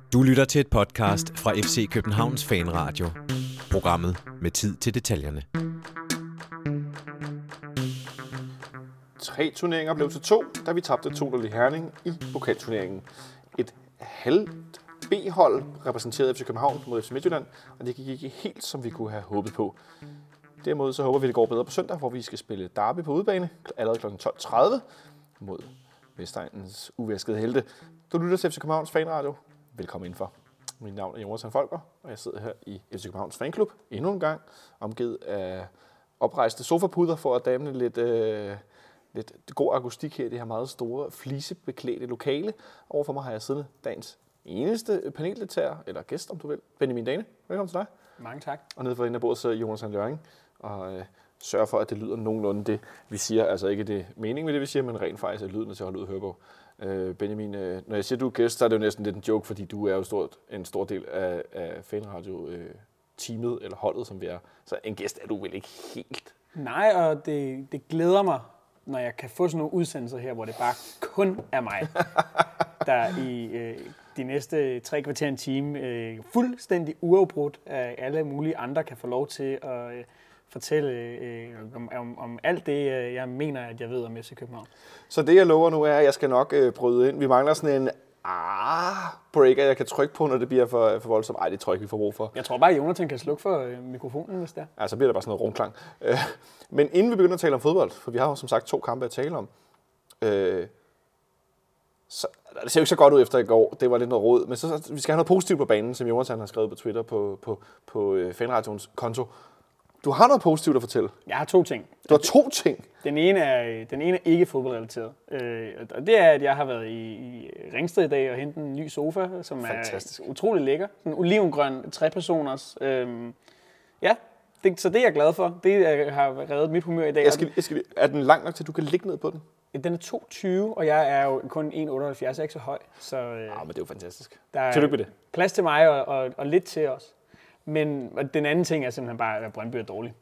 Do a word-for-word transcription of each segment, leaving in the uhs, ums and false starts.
Du lytter til et podcast fra F C Københavns Fanradio. Programmet med tid til detaljerne. Tre turneringer blev til to, da vi tabte to nul i Herning i pokalturneringen. Et halvt B-hold repræsenterede F C København mod F C Midtjylland, og det gik ikke helt, som vi kunne have håbet på. Derimod så håber vi, det går bedre på søndag, hvor vi skal spille derby på udebane allerede klokken tolv tredive mod Vestegnens uvæskede helte. Du lytter til F C Københavns Fanradio. Velkommen indenfor. Mit navn er Jonathan Folker, og jeg sidder her i F C Københavns Fanklub endnu en gang, omgivet af oprejste sofapuder for at damne lidt, øh, lidt god akustik her i det her meget store, flisebeklædte lokale. Overfor mig har jeg siddende dagens eneste paneldeltager, eller gæst om du vil, Benjamin Dane. Velkommen til dig. Mange tak. Og nede for enden af bordet sidder Jonathan Løring, og øh, sørger for, at det lyder nogenlunde det, vi siger. Altså ikke det mening med det, vi siger, men rent faktisk er lyden til at holde ud og høre på. Øh, Benjamin, øh, når jeg siger, du er gæst, så er det jo næsten lidt en joke, fordi du er jo stort, en stor del af, af fanradio-teamet, øh, eller holdet, som vi er. Så en gæst er du vel ikke helt? Nej, og det, det glæder mig, når jeg kan få sådan nogle udsendelser her, hvor det bare kun er mig, der i øh, de næste tre kvarter en time øh, fuldstændig uafbrudt af alle mulige andre kan få lov til at øh, fortælle øh, om, om, om alt det, øh, jeg mener, at jeg ved om F C København. Så det, jeg lover nu, er, at jeg skal nok øh, bryde ind. Vi mangler sådan en ah, breaker, jeg kan trykke på, når det bliver for, for voldsomt. Ej, det tror jeg ikke, vi får brug for. Jeg tror bare, at Jonathan kan slukke for øh, mikrofonen, hvis det er. Ja, så bliver der bare sådan noget rumklang. Øh, men inden vi begynder at tale om fodbold, for vi har jo som sagt to kampe at tale om, øh, så, det ser jo ikke så godt ud efter i går. Det var lidt noget rod. Men så, så vi skal have noget positivt på banen, som Jonathan har skrevet på Twitter på, på, på øh, Fanradioens konto. Du har noget positivt at fortælle. Jeg har to ting. Du har to ting? Den ene er, den ene er ikke fodboldrelateret. Øh, og det er, at jeg har været i, i Ringsted i dag og hentet en ny sofa, som Fantastisk. Er utrolig lækker. Sådan en olivengrøn, trepersoners. Øh, ja, det, så det er jeg glad for. Det er, har reddet mit humør i dag. Jeg skal, jeg skal, er den lang nok til, at du kan ligge ned på den? Den er to tyve, og jeg er jo kun en otteoghalvfjerds, jeg er ikke så høj. Så, øh, ah, men det er jo fantastisk. Der Tillykke med det. Plads til mig og, og, og lidt til os. Men den anden ting er simpelthen bare, at Brøndby er dårlig.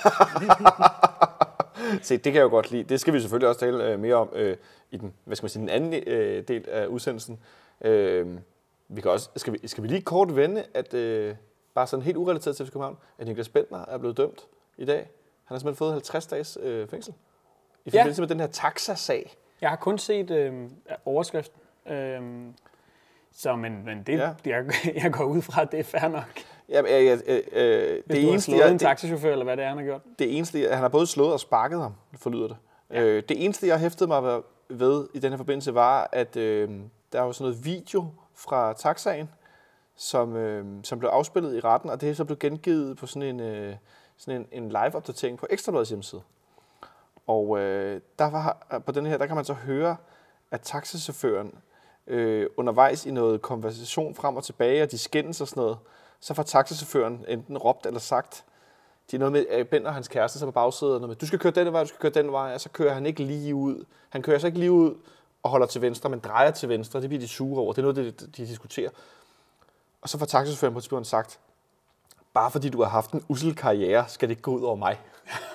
Se, det kan jeg jo godt lide. Det skal vi selvfølgelig også tale øh, mere om øh, i den, hvad skal man sige, den anden øh, del af udsendelsen. Øh, vi kan også, skal, vi, skal vi lige kort vende, at øh, bare sådan helt urelateret til F C København, at Niklas Bentner er blevet dømt i dag. Han har simpelthen fået halvtreds dages øh, fængsel. I forbindelse ja. med den her taxa-sag. Jeg har kun set øh, overskriften. Øh, så, men, men det, ja. jeg, jeg går ud fra, at det er fair nok. Ja, ja, ja, øh, øh, Hvis det du har slået en taxichauffør, eller hvad det er, han har gjort. Det eneste, han har både slået og sparket ham, forlyder det. Ja. Øh, det eneste, jeg hæftede mig ved i den her forbindelse, var, at øh, der var sådan noget video fra taxaen, som, øh, som blev afspillet i retten, og det er så blevet gengivet på sådan en, øh, sådan en, en live-opdatering på Ekstra Bladets hjemmeside. Og øh, der var, på den her, der kan man så høre, at taxachaufføren øh, undervejs i noget konversation frem og tilbage, og de skændes og sådan noget, så får taxachaufføren enten råbt eller sagt, de er noget med, at Ben og hans kæreste så på bagsædet, noget med, du skal køre den vej, du skal køre den vej, og så kører han ikke lige ud. Han kører så ikke lige ud og holder til venstre, men drejer til venstre, det bliver de sure over, det er noget, de, de diskuterer. Og så får taxachaufføren på tidspunkt sagt, bare fordi du har haft en ussel karriere, skal det ikke gå ud over mig.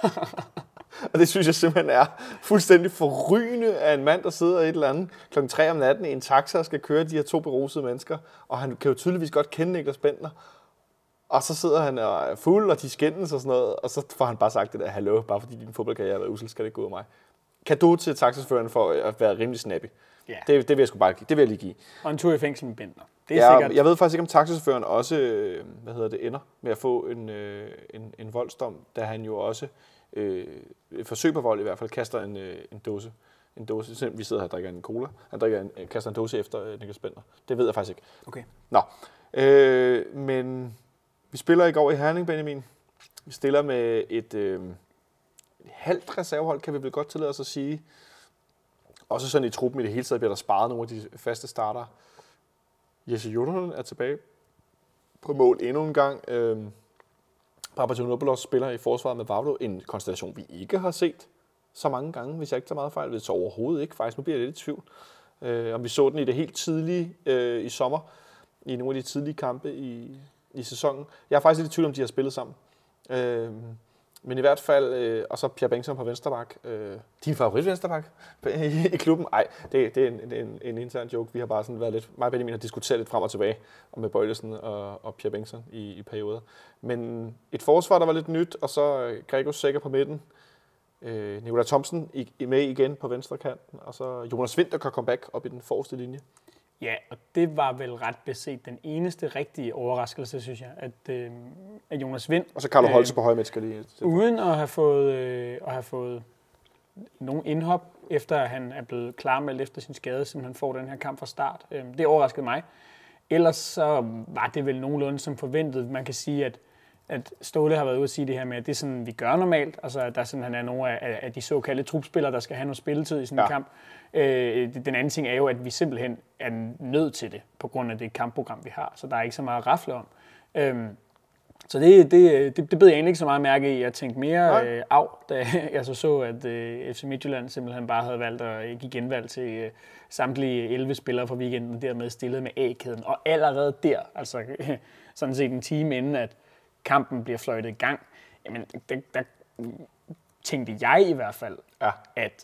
Og det synes jeg simpelthen er fuldstændig forrygende af en mand, der sidder et eller andet klokken tre om natten i en taxa og skal køre de her to berusede mennesker. Og han kan jo tydeligvis godt kende Niklas Bentner. Og så sidder han og er fuld, og de skændes og sådan noget. Og så får han bare sagt det der, hallo, bare fordi din fodboldkarriere har været ussel, skal det ikke gå ud af mig. Kan du til taxachaufføren for at være rimelig snappy? Ja. Det, det vil jeg sgu bare give. Det vil jeg lige give. Og en tur i fængsel med Bentner. Det er ja, sikkert. Jeg ved faktisk ikke, om taxachaufføren også hvad hedder det, ender med at få en, en, en voldsdom, da han jo også øh, et forsøg på vold i hvert fald kaster en, en dåse. En dåse. Vi sidder her og drikker en cola. Han drikker en, kaster en dåse efter Niklas Bentner. Det ved jeg faktisk ikke. Okay. Nå. Øh, men vi spiller i går i Herning, Benjamin. Vi stiller med et, øh, et halvt reservehold, kan vi vel godt tillade os at sige. Også sådan i truppen i det hele taget bliver der sparet nogle af de faste startere. Jesse Jurgen er tilbage på mål endnu en gang. Øh, Papagiannopoulos spiller i forsvaret med Vavlo. En konstellation, vi ikke har set så mange gange, hvis jeg ikke tager meget fejl. Det så overhovedet ikke. Faktisk, nu bliver jeg lidt i tvivl. Øh, om vi så den i det helt tidlige øh, i sommer, i nogle af de tidlige kampe i, i sæsonen. Jeg er faktisk lidt i tvivl, om de har spillet sammen. Øh, Men i hvert fald, øh, og så Pierre Bengtsson på venstreback. Øh, din favorit venstreback i, i klubben? Nej, det, det er, en, det er en, en intern joke. Vi har bare sådan været lidt, mig og Benjamin har diskuteret lidt frem og tilbage om med Bøjlesen og, og Pierre Bengtsson i, i perioder. Men et forsvar, der var lidt nyt, og så Gregos Sækker på midten. Øh, Nikolaj Thomsen i, i med igen på venstre kanten, og så Jonas Vinter kan komme back op i den forreste linje. Ja, og det var vel ret beset den eneste rigtige overraskelse, synes jeg, at, øh, at Jonas Vind... Og så Carlo Holse øh, på højre midt skal lige... Uden at have fået, øh, at have fået nogen indhop, efter han er blevet klarmeldt efter sin skade, så han får den her kamp fra start. Øh, det overraskede mig. Ellers så var det vel nogenlunde som forventet. Man kan sige, at, at Ståle har været ude at sige det her med, at det er sådan, vi gør normalt. Altså, at der simpelthen er nogle af, af de såkaldte trupspillere, der skal have noget spilletid i sådan en ja. kamp. Øh, den anden ting er jo, at vi simpelthen er nødt til det, på grund af det kampprogram, vi har. Så der er ikke så meget at rafle om. Øhm, så det, det, det, det bed jeg egentlig ikke så meget mærke i. Jeg tænkte mere øh, af, da jeg så så, at øh, F C Midtjylland simpelthen bare havde valgt at give genvalg til øh, samtlige elleve spillere fra weekenden, og dermed stillet med A-kæden. Og allerede der, altså øh, sådan set en time inden, at kampen bliver fløjtet i gang, jamen der, der tænkte jeg i hvert fald, ja. at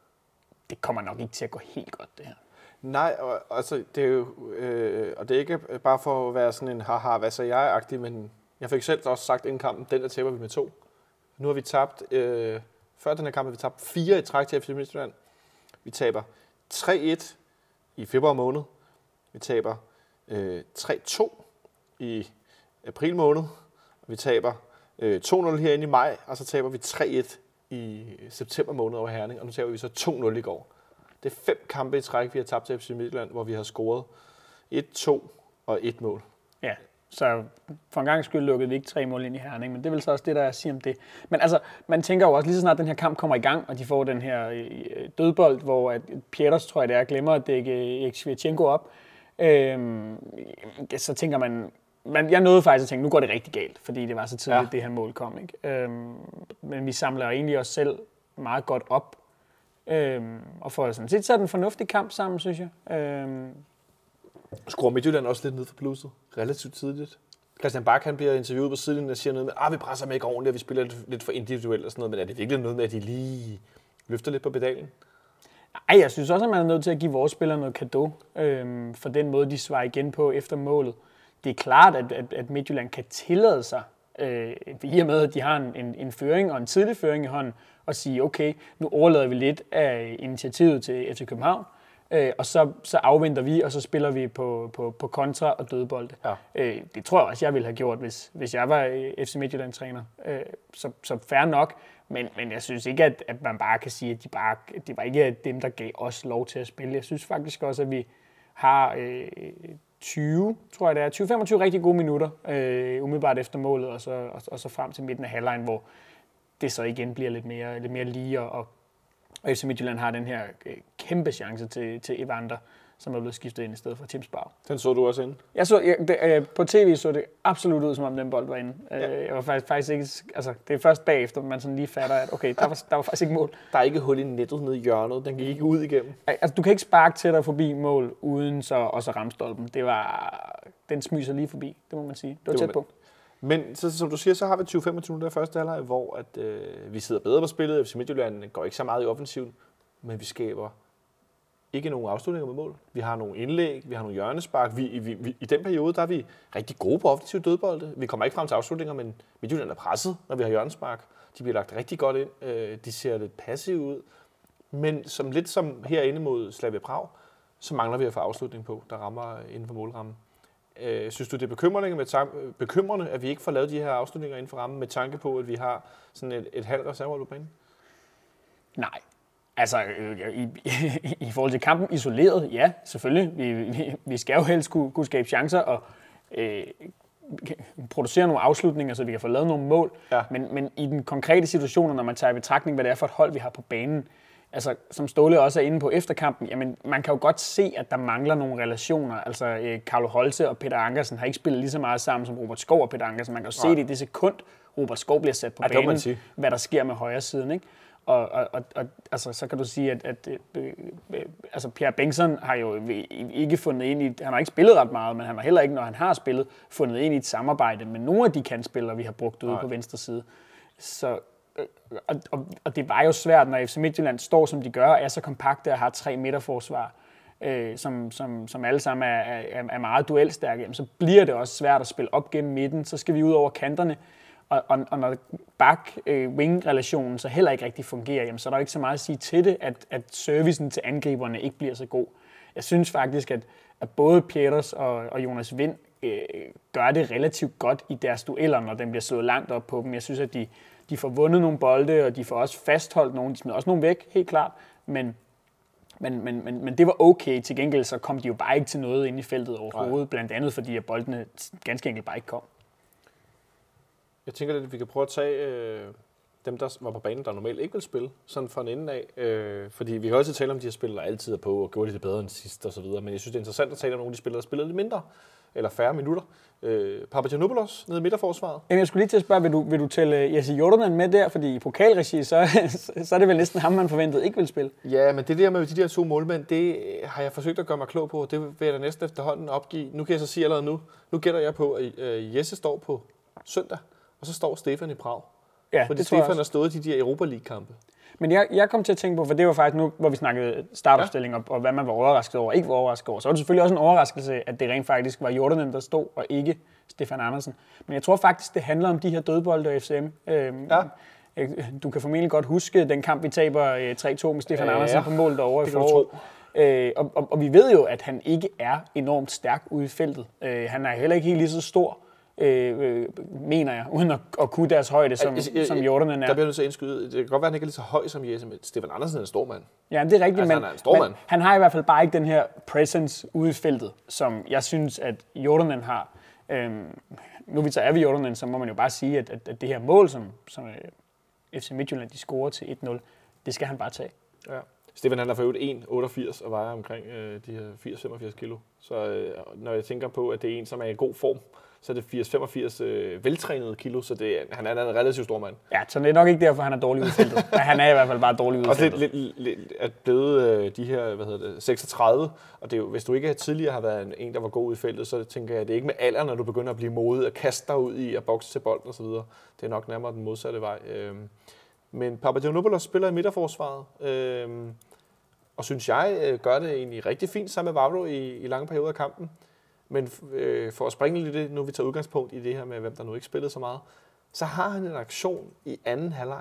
det kommer nok ikke til at gå helt godt, det her. Nej, og, altså, det er jo, øh, og det er ikke bare for at være sådan en haha, hvad så jeg-agtig, men jeg fik selv også sagt inden kampen, den der taber vi med to. Nu har vi tabt, øh, før den her kamp har vi tabt fire i træk til F C Midtjylland. Vi taber tre et i februar måned. Vi taber øh, tre to i april måned. Vi taber øh, to nul herinde i maj, og så taber vi tre et i september måned over Herning, og nu taber vi så to nul i går. Det er fem kampe i træk, vi har tabt til F C Midtjylland, hvor vi har scoret et to og et mål. Ja, så for en gang skyld lukkede vi ikke tre mål ind i Herning, men det er vel så også det, der er at sige om det. Men altså, man tænker jo også lige så snart den her kamp kommer i gang, og de får den her dødbold, hvor at Pieters, tror jeg det er, glemmer at dække Erik Svirchenko op, øhm, så tænker man, man, jeg nåede faktisk at tænke, nu går det rigtig galt, fordi det var så tidligt, ja. det her mål kom. Ikke? Øhm, men vi samler egentlig os selv meget godt op, øhm, og får sådan set sat en fornuftig kamp sammen, synes jeg. Øhm, Skruer Midtjylland også lidt ned for bluset, relativt tidligt. Christian Bak, han bliver interviewet på sidelinjen og siger noget med, at ah, vi presser med ikke ordentligt, og vi spiller lidt, lidt for individuelt og sådan noget, men er det virkelig noget med, at de lige løfter lidt på pedalen? Ej, jeg synes også, at man er nødt til at give vores spillere noget cadeau, øhm, for den måde, de svarer igen på efter målet. Det er klart, at, at, at Midtjylland kan tillade sig, øh, i og med, at de har en, en, en føring og en tidlig føring i hånden, og sige, okay, nu overlader vi lidt af initiativet til F C København, øh, og så, så afventer vi, og så spiller vi på, på, på kontra og dødbolde. Ja. Øh, det tror jeg også, jeg ville have gjort, hvis, hvis jeg var F C Midtjylland-træner. Øh, så, så fair nok, men, men jeg synes ikke, at, at man bare kan sige, at de bare, det var ikke dem, der gav os lov til at spille. Jeg synes faktisk også, at vi har øh, tyve, tror jeg det er, tyve til femogtyve rigtig gode minutter, øh, umiddelbart efter målet, og så, og, og så frem til midten af halvlejen, hvor det så igen bliver lidt mere, lidt mere lige, og, og F C Midtjylland har den her øh, kæmpe chance til, til Evander, som er blevet skiftet ind i stedet for Tim Sparv. Den så du også inde? Jeg så, jeg, det, øh, på tv så det absolut ud, som om den bold var inde. Ja. Øh, jeg var faktisk, faktisk ikke, altså det er først bagefter, man sådan lige fatter, at okay, der var, der var faktisk ikke mål. Der er ikke hul i nettet nede i hjørnet, den gik ikke ud igennem. Altså du kan ikke sparke til dig forbi mål, uden så også ramme stolpen. Det var, den smyser lige forbi, det må man sige. Det var tæt på. Men så, som du siger, så har vi tyve til femogtyve minutter i første halvleg, hvor at, øh, vi sidder bedre på spillet. F C Midtjylland går ikke så meget i offensiven, men vi skaber ikke nogen afslutninger med mål. Vi har nogle indlæg, vi har nogle hjørnespark. Vi, vi, vi, I den periode der er vi rigtig gode på offensiv dødbolde. Vi kommer ikke frem til afslutninger, men Midtjylland er presset, når vi har hjørnespark. De bliver lagt rigtig godt ind. De ser lidt passive ud. Men som lidt som herinde mod Slavia Prag, så mangler vi at få afslutning på, der rammer inden for målrammen. Synes du, det er bekymrende, med tanke, bekymrende, at vi ikke får lavet de her afslutninger inden for rammen, med tanke på, at vi har sådan et, et halvt reservehold på banen? Nej. Altså, i, i, i forhold til kampen isoleret, ja, selvfølgelig. Vi, vi, vi skal jo helst kunne, kunne skabe chancer og øh, producere nogle afslutninger, så vi kan få lavet nogle mål. Ja. Men, men i den konkrete situation, når man tager i betragtning, hvad det er for et hold, vi har på banen, altså, som Ståle også er inde på efter kampen, jamen, man kan jo godt se, at der mangler nogle relationer. Altså, øh, Carlo Holse og Peter Ankersen har ikke spillet lige så meget sammen som Robert Skov og Peter Ankersen. Man kan jo se det i det sekund, Robert Skov bliver sat på ja, banen, hvad der sker med højre siden, ikke? Og, og, og, og altså, så kan du sige, at, at øh, øh, altså Pierre Bengtsson har jo ikke fundet ind i, han har ikke spillet ret meget, men han har heller ikke, når han har spillet, fundet ind i et samarbejde med nogle af de kantspillere, vi har brugt ude Nej. på venstre side. så og, og, og det var jo svært, når F C Midtjylland står, som de gør, er så kompakte og har tre midterforsvar, øh, som, som, som alle sammen er, er, er meget duelstærke, jamen, så bliver det også svært at spille op gennem midten. Så skal vi ud over kanterne, og, og, og når back-wing-relationen så heller ikke rigtig fungerer, jamen, så er der ikke så meget at sige til det, at, at servicen til angriberne ikke bliver så god. Jeg synes faktisk, at, at både Pieters og, og Jonas Wind øh, gør det relativt godt i deres dueller, når den bliver slået langt op på dem. Jeg synes, at de De får vundet nogle bolde, og de får også fastholdt nogle. De smider også nogle væk, helt klart. Men, men, men, men, men det var okay. Til gengæld så kom de jo bare ikke til noget inde i feltet overhovedet. Nej. Blandt andet fordi, at boldene ganske enkelt bare ikke kom. Jeg tænker lidt, at vi kan prøve at tage øh, dem, der var på banen, der normalt ikke vil spille, sådan fra en ende af. Øh, fordi vi kan også tale om, de her spillere, der altid er på, og gjorde de det bedre end sidst og så videre. Men jeg synes, det er interessant at tale om nogle af de spillere, der spillede lidt mindre, eller færre minutter. Øh, Papagiannopoulos nede i midterforsvaret. Jamen, jeg skulle lige til at spørge, vil du, vil du tælle Jesse Jordan med der? Fordi i pokalregi, så, så er det vel næsten ham, man forventede ikke vil spille. Ja, men det der med de der to målmænd, det har jeg forsøgt at gøre mig klog på. Det vil jeg da næsten efterhånden opgive. Nu kan jeg så sige allerede nu, nu gætter jeg på, at Jesse står på søndag, og så står Stefan i Prag. Ja, fordi det Stefan har stået i de der Europa League-kampe. Men jeg, jeg kom til at tænke på, for det var faktisk nu, hvor vi snakkede startopstilling og, og hvad man var overrasket over, ikke var overrasket over. Så var det selvfølgelig også en overraskelse, at det rent faktisk var Jordan, der stod, og ikke Stefan Andersen. Men jeg tror faktisk, det handler om de her dødbolde og F C M. Øhm, ja. Du kan formentlig godt huske den kamp, vi taber tre to med Stefan ja, Andersen på mål derovre i foråret. Øh, og, og, og vi ved jo, at han ikke er enormt stærk ude i feltet. Øh, han er heller ikke helt lige så stor, Øh, øh, mener jeg, uden at, at kunne deres højde, som, jeg, jeg, som Jordan er. Der bliver nødt til at indskyde. Det kan godt være, at han ikke er lige så høj som Jesse, men Stefan Andersen er en stor mand. Ja, det er rigtigt, altså, men, han, er en stor men mand. han har i hvert fald bare ikke den her presence ude i feltet, som jeg synes, at Jordan har. Øhm, nu vi tager af ved Jordan, så må man jo bare sige, at, at, at det her mål, som, som F C Midtjylland de scorer til et nul, det skal han bare tage. Ja. Stefan han er for øvrigt en komma otteogfirs og vejer omkring øh, de her firs til femogfirs kilo. Så øh, når jeg tænker på, at det er en, som er i god form, så er det firs til femogfirs øh, veltrænede kilo, så det, han er en relativt stor mand. Ja, så det er nok ikke derfor, han er dårlig ud i feltet. Men han er i hvert fald bare dårlig ud i feltet. Og det er lidt, lidt blevet øh, de her, hvad hedder det, seksogtredive, og det er jo, hvis du ikke tidligere har været en, en, der var god ud i feltet, så tænker jeg, at det er ikke med alder, når du begynder at blive modet og kaste dig ud i at bokse til bolden osv. Det er nok nærmere den modsatte vej. Øh, men Papagiannopoulos spiller i midterforsvaret, øh, og synes jeg øh, gør det egentlig rigtig fint sammen med Vavro i, i lange perioder af kampen. Men øh, for at springe lidt i det, nu vi tager udgangspunkt i det her med, hvem der nu ikke spillede så meget, så har han en aktion i anden halvleg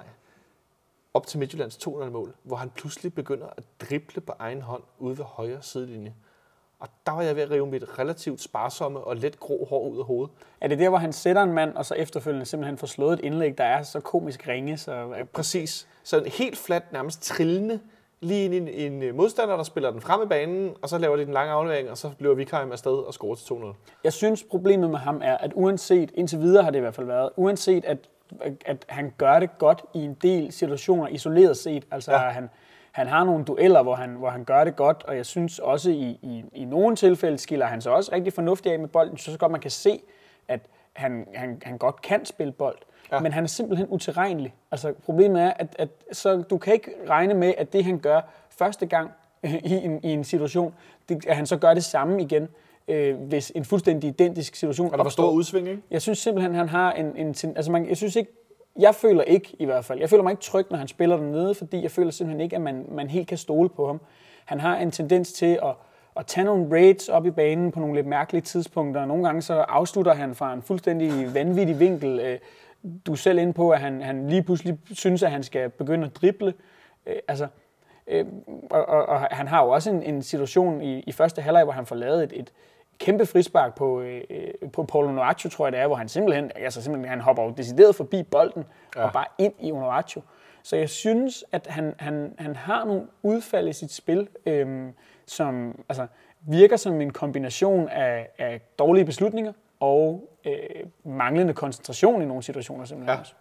op til Midtjyllands to nul mål, hvor han pludselig begynder at drible på egen hånd ude ved højre sidelinje. Og der var jeg ved at rive mit relativt sparsomme og let grå hår ud af hovedet. Er det der, hvor han sætter en mand, og så efterfølgende simpelthen får slået et indlæg, der er så komisk ringe? Så... Præcis. Så en helt flat, nærmest trillende, lige ind i en, en modstander, der spiller den frem i banen, og så laver de den lange aflevering, og så bliver Vikheim afsted og scorer til to nul. Jeg synes, problemet med ham er, at uanset, indtil videre har det i hvert fald været, uanset at, at han gør det godt i en del situationer isoleret set, altså ja. han, han har nogle dueller, hvor han, hvor han gør det godt, og jeg synes også, i, i, i nogle tilfælde skiller han så også rigtig fornuftigt af med bolden. Jeg synes godt, man kan se, at han, han, han godt kan spille bold. Ja. Men han er simpelthen utilregnelig. Altså, problemet er, at, at så du kan ikke regne med, at det, han gør første gang i en, i en situation, det, at han så gør det samme igen, øh, hvis en fuldstændig identisk situation opstår. Og der var stor udsving, ikke? Jeg synes simpelthen, han har en... en altså, man, jeg synes ikke... Jeg føler ikke, i hvert fald, jeg føler mig ikke tryg, når han spiller dernede, fordi jeg føler simpelthen ikke, at man, man helt kan stole på ham. Han har en tendens til at, at tage nogle raids op i banen på nogle lidt mærkelige tidspunkter. Nogle gange så afslutter han fra en fuldstændig vanvittig vinkel. Øh, Du er selv inde på, at han, han lige pludselig synes, at han skal begynde at drible. Øh, altså, øh, og, og, og han har jo også en, en situation i, i første halvleg, hvor han får lavet et, et kæmpe frispark på, øh, på Paulo Onuachu, tror jeg det er, hvor han simpelthen, altså simpelthen han hopper jo decideret forbi bolden ja. og bare ind i Onuachu. Så jeg synes, at han, han, han har nogle udfald i sit spil, øh, som altså, virker som en kombination af, af dårlige beslutninger og øh, manglende koncentration i nogle situationer simpelthen ja. også.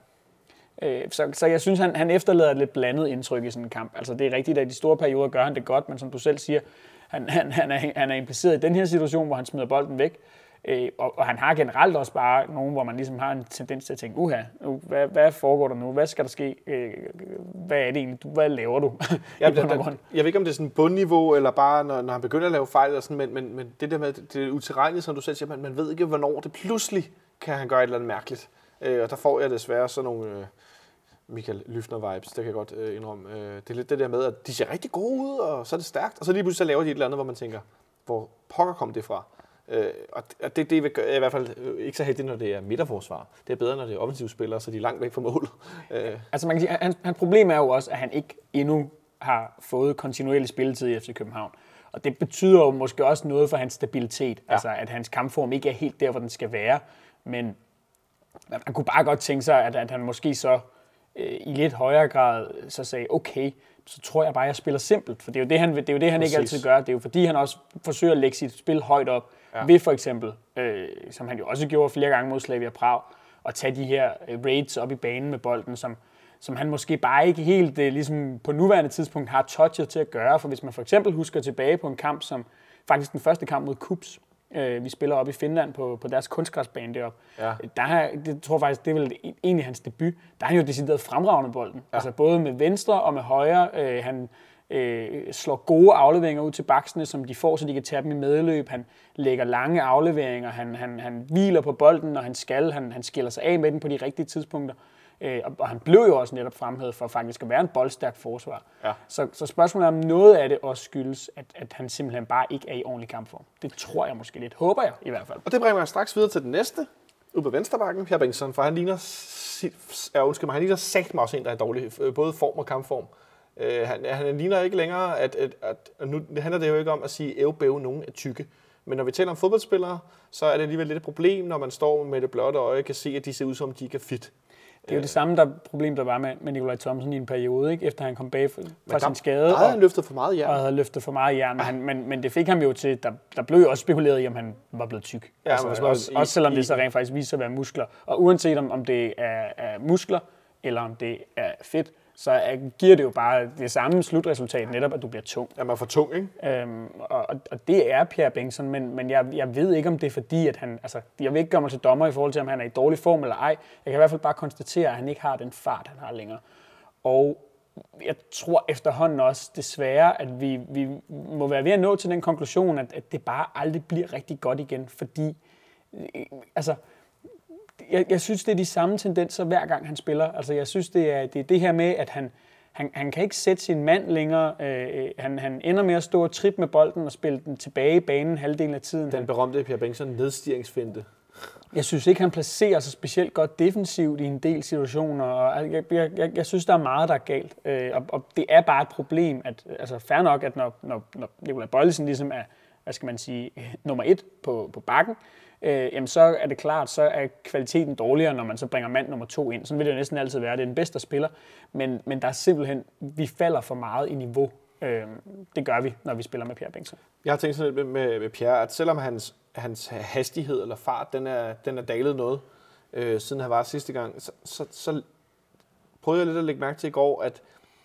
Øh, så, så jeg synes, han, han efterlader et lidt blandet indtryk i sådan en kamp. Altså det er rigtigt, at i de store perioder gør han det godt, men som du selv siger, han, han, han, er, han er impliceret i den her situation, hvor han smider bolden væk. Øh, og, og han har generelt også bare nogen, hvor man ligesom har en tendens til at tænke, uha, nu, hvad, hvad foregår der nu? Hvad skal der ske? Øh, hvad er det egentlig? Hvad laver du? Ja, det, det, jeg ved ikke, om det er sådan bundniveau, eller bare når, når han begynder at lave fejl, eller sådan, men, men, men det der med det utilregnelige, som du selv siger, man, man ved ikke, hvornår det pludselig kan han gøre et eller andet mærkeligt. Øh, og der får jeg desværre sådan nogle, øh, Michael Lyftner-vibes, det kan jeg godt øh, indrømme. Øh, det er lidt det der med, at de ser rigtig gode ud, og så er det stærkt, og så lige pludselig så laver de et eller andet, hvor man tænker, hvor pokker kom det fra? Øh, og det, det er i hvert fald ikke så heldigt, når det er midterforsvar. Det er bedre, når det er offensive spillere, så de er langt væk fra målet. Øh. Altså man kan sige, hans, hans problem er jo også, at han ikke endnu har fået kontinuerlig spilletid i F C København. Og det betyder jo måske også noget for hans stabilitet, ja. Altså at hans kampform ikke er helt der, hvor den skal være. Men man kunne bare godt tænke sig, at, at han måske så øh, i lidt højere grad så sagde, okay, så tror jeg bare, at jeg spiller simpelt. For det er jo det, han, det er jo det, han ikke altid gør. Det er jo fordi, han også forsøger at lægge sit spil højt op. Ja. Ved for eksempel, øh, som han jo også gjorde flere gange mod Slavia Prag, at tage de her raids op i banen med bolden, som, som han måske bare ikke helt øh, ligesom på nuværende tidspunkt har touchet til at gøre. For hvis man for eksempel husker tilbage på en kamp, som faktisk den første kamp mod Kups, øh, vi spiller op i Finland på, på deres kunstgræsbane deroppe, ja. Der har, det tror jeg faktisk, det er vel egentlig hans debut, der har han jo decideret fremragende bolden. Ja. Altså både med venstre og med højre. Øh, han øh, slår gode afleveringer ud til baksene, som de får, så de kan tage dem i medløb. Han lægger lange afleveringer, han, han, han hviler på bolden, når han skal. Han, han skiller sig af med den på de rigtige tidspunkter. Øh, og, og han blev jo også netop fremhævet for faktisk at være en boldstærk forsvar. Ja. Så, så spørgsmålet er, om noget af det også skyldes, at, at han simpelthen bare ikke er i ordentlig kampform. Det tror jeg måske lidt. Håber jeg i hvert fald. Og det bringer mig straks videre til den næste. Ude på venstrebakken, Per Bengtsson, for han ligner, ja, undskyld mig, han ligner sagt mig også en, der er dårlig, både form og kampform. Uh, han, han ligner ikke længere, at, at, at nu handler det jo ikke om at sige, æv, bæv, nogen er tykke. Men når vi taler om fodboldspillere, så er det alligevel lidt et problem, når man står med det blotte øje og kan se, at de ser ud som, de ikke er fit. Det er jo det samme der problem, der var med, med Nikolaj Thomsen i en periode, ikke? Efter han kom bag fra, fra sin skade. Der havde han løftet for meget jern. Og havde løftet for meget jern, men, han, men, men det fik ham jo til, der, der blev jo også spekuleret i, om han var blevet tyk. Ja, altså, også, også, i, også selvom i, det så rent faktisk viser sig at være muskler. Og uanset om, om det er, er muskler, eller om det er fedt, så giver det jo bare det samme slutresultat, netop at du bliver tung. Ja, man er for tung, ikke? Øhm, og, og det er Per Bengtsson, men, men jeg, jeg ved ikke, om det er fordi, at han... Altså, jeg vil ikke gøre mig til dommer i forhold til, om han er i dårlig form eller ej. Jeg kan i hvert fald bare konstatere, at han ikke har den fart, han har længere. Og jeg tror efterhånden også, desværre, at vi, vi må være ved at nå til den konklusion, at, at det bare aldrig bliver rigtig godt igen, fordi... Altså... Jeg, jeg synes, det er de samme tendenser, hver gang han spiller. Altså, jeg synes, det er det, er det her med, at han, han, han kan ikke sætte sin mand længere. Øh, han, han ender med at stå og trippe med bolden og spille den tilbage i banen halvdelen af tiden. Den berømte Per Bengtsson nedstiringsfinte. Jeg synes ikke, han placerer sig specielt godt defensivt i en del situationer. Og jeg, jeg, jeg, jeg synes, der er meget, der er galt. Øh, og, og det er bare et problem, at altså, fair nok, at når, når, når Nikolaj Boilesen ligesom er, hvad skal man sige, nummer et på, på bakken, Øh, jamen så er det klart, så er kvaliteten dårligere, når man så bringer mand nummer to ind. Sådan vil det jo næsten altid være. Det er den bedste spiller, men, men der er simpelthen, vi falder for meget i niveau. Øh, det gør vi, når vi spiller med Per Bengtsson. Jeg har tænkt sådan lidt med, med Per, at selvom hans, hans hastighed eller fart, den er, den er dalet noget, øh, siden han var sidste gang, så, så, så prøvede jeg lidt at lægge mærke til i går, at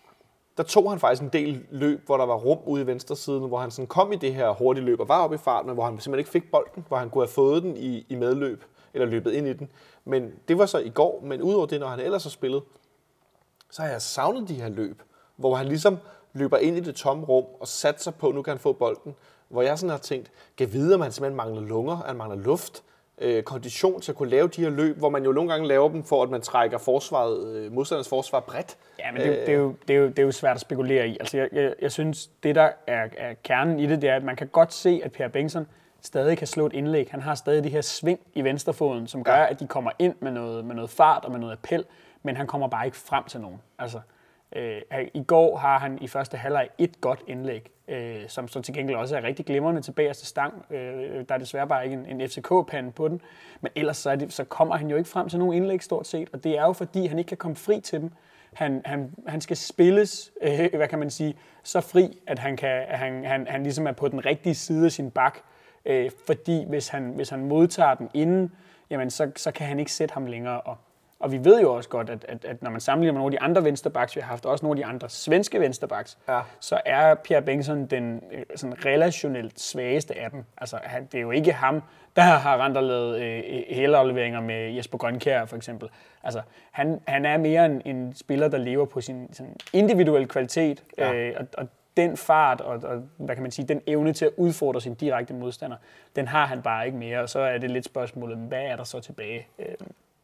der tog han faktisk en del løb, hvor der var rum ude i venstre siden, hvor han sådan kom i det her hurtige løb og var oppe i fart, men hvor han simpelthen ikke fik bolden, hvor han kunne have fået den i, i medløb, eller løbet ind i den. Men det var så i går, men udover det, når han ellers har spillet, så har jeg savnet de her løb, hvor han ligesom løber ind i det tomme rum og satser på, nu kan han få bolden, hvor jeg sådan har tænkt, kan vide, om han simpelthen mangler lunger, han mangler luft, øh, kondition til at kunne lave de her løb, hvor man jo nogle gange laver dem for, at man trækker forsvaret, øh, modstanders forsvar bredt. Ja, men det, det, er jo, det, er jo, det er jo svært at spekulere i. Altså, jeg, jeg, jeg synes, det der er, er kernen i det, det er, at man kan godt se, at Per Bengtsson stadig kan slå et indlæg. Han har stadig det her sving i venstrefoden, som gør, ja. At de kommer ind med noget, med noget fart og med noget appel, men han kommer bare ikke frem til nogen. Altså, øh, i går har han i første halvleg et godt indlæg, øh, som så til gengæld også er rigtig glimrende til bagerste stang. Øh, der er desværre bare ikke en, en F C K-pande på den, men ellers så, er det, så kommer han jo ikke frem til nogen indlæg stort set, og det er jo fordi, han ikke kan komme fri til dem. Han, han, han skal spilles, øh, hvad kan man sige, så fri, at han, kan, han, han, han ligesom er på den rigtige side af sin bak. Øh, fordi hvis han, hvis han modtager den inden, jamen så, så kan han ikke sætte ham længere. Og, og vi ved jo også godt, at, at, at når man sammenligner med nogle af de andre vensterbacks, vi har haft også nogle af de andre svenske vensterbacks, ja. Så er Per Bengtsson den sådan relationelt svageste af dem. Altså, han, det er jo ikke ham, der har rendt og lavet øh, helafleveringer med Jesper Grønkjær for eksempel. Altså, han, han er mere en, en spiller, der lever på sin sådan individuelle kvalitet, ja. øh, og, og den fart og, og hvad kan man sige, den evne til at udfordre sin direkte modstander, den har han bare ikke mere, og så er det lidt spørgsmålet, hvad er der så tilbage?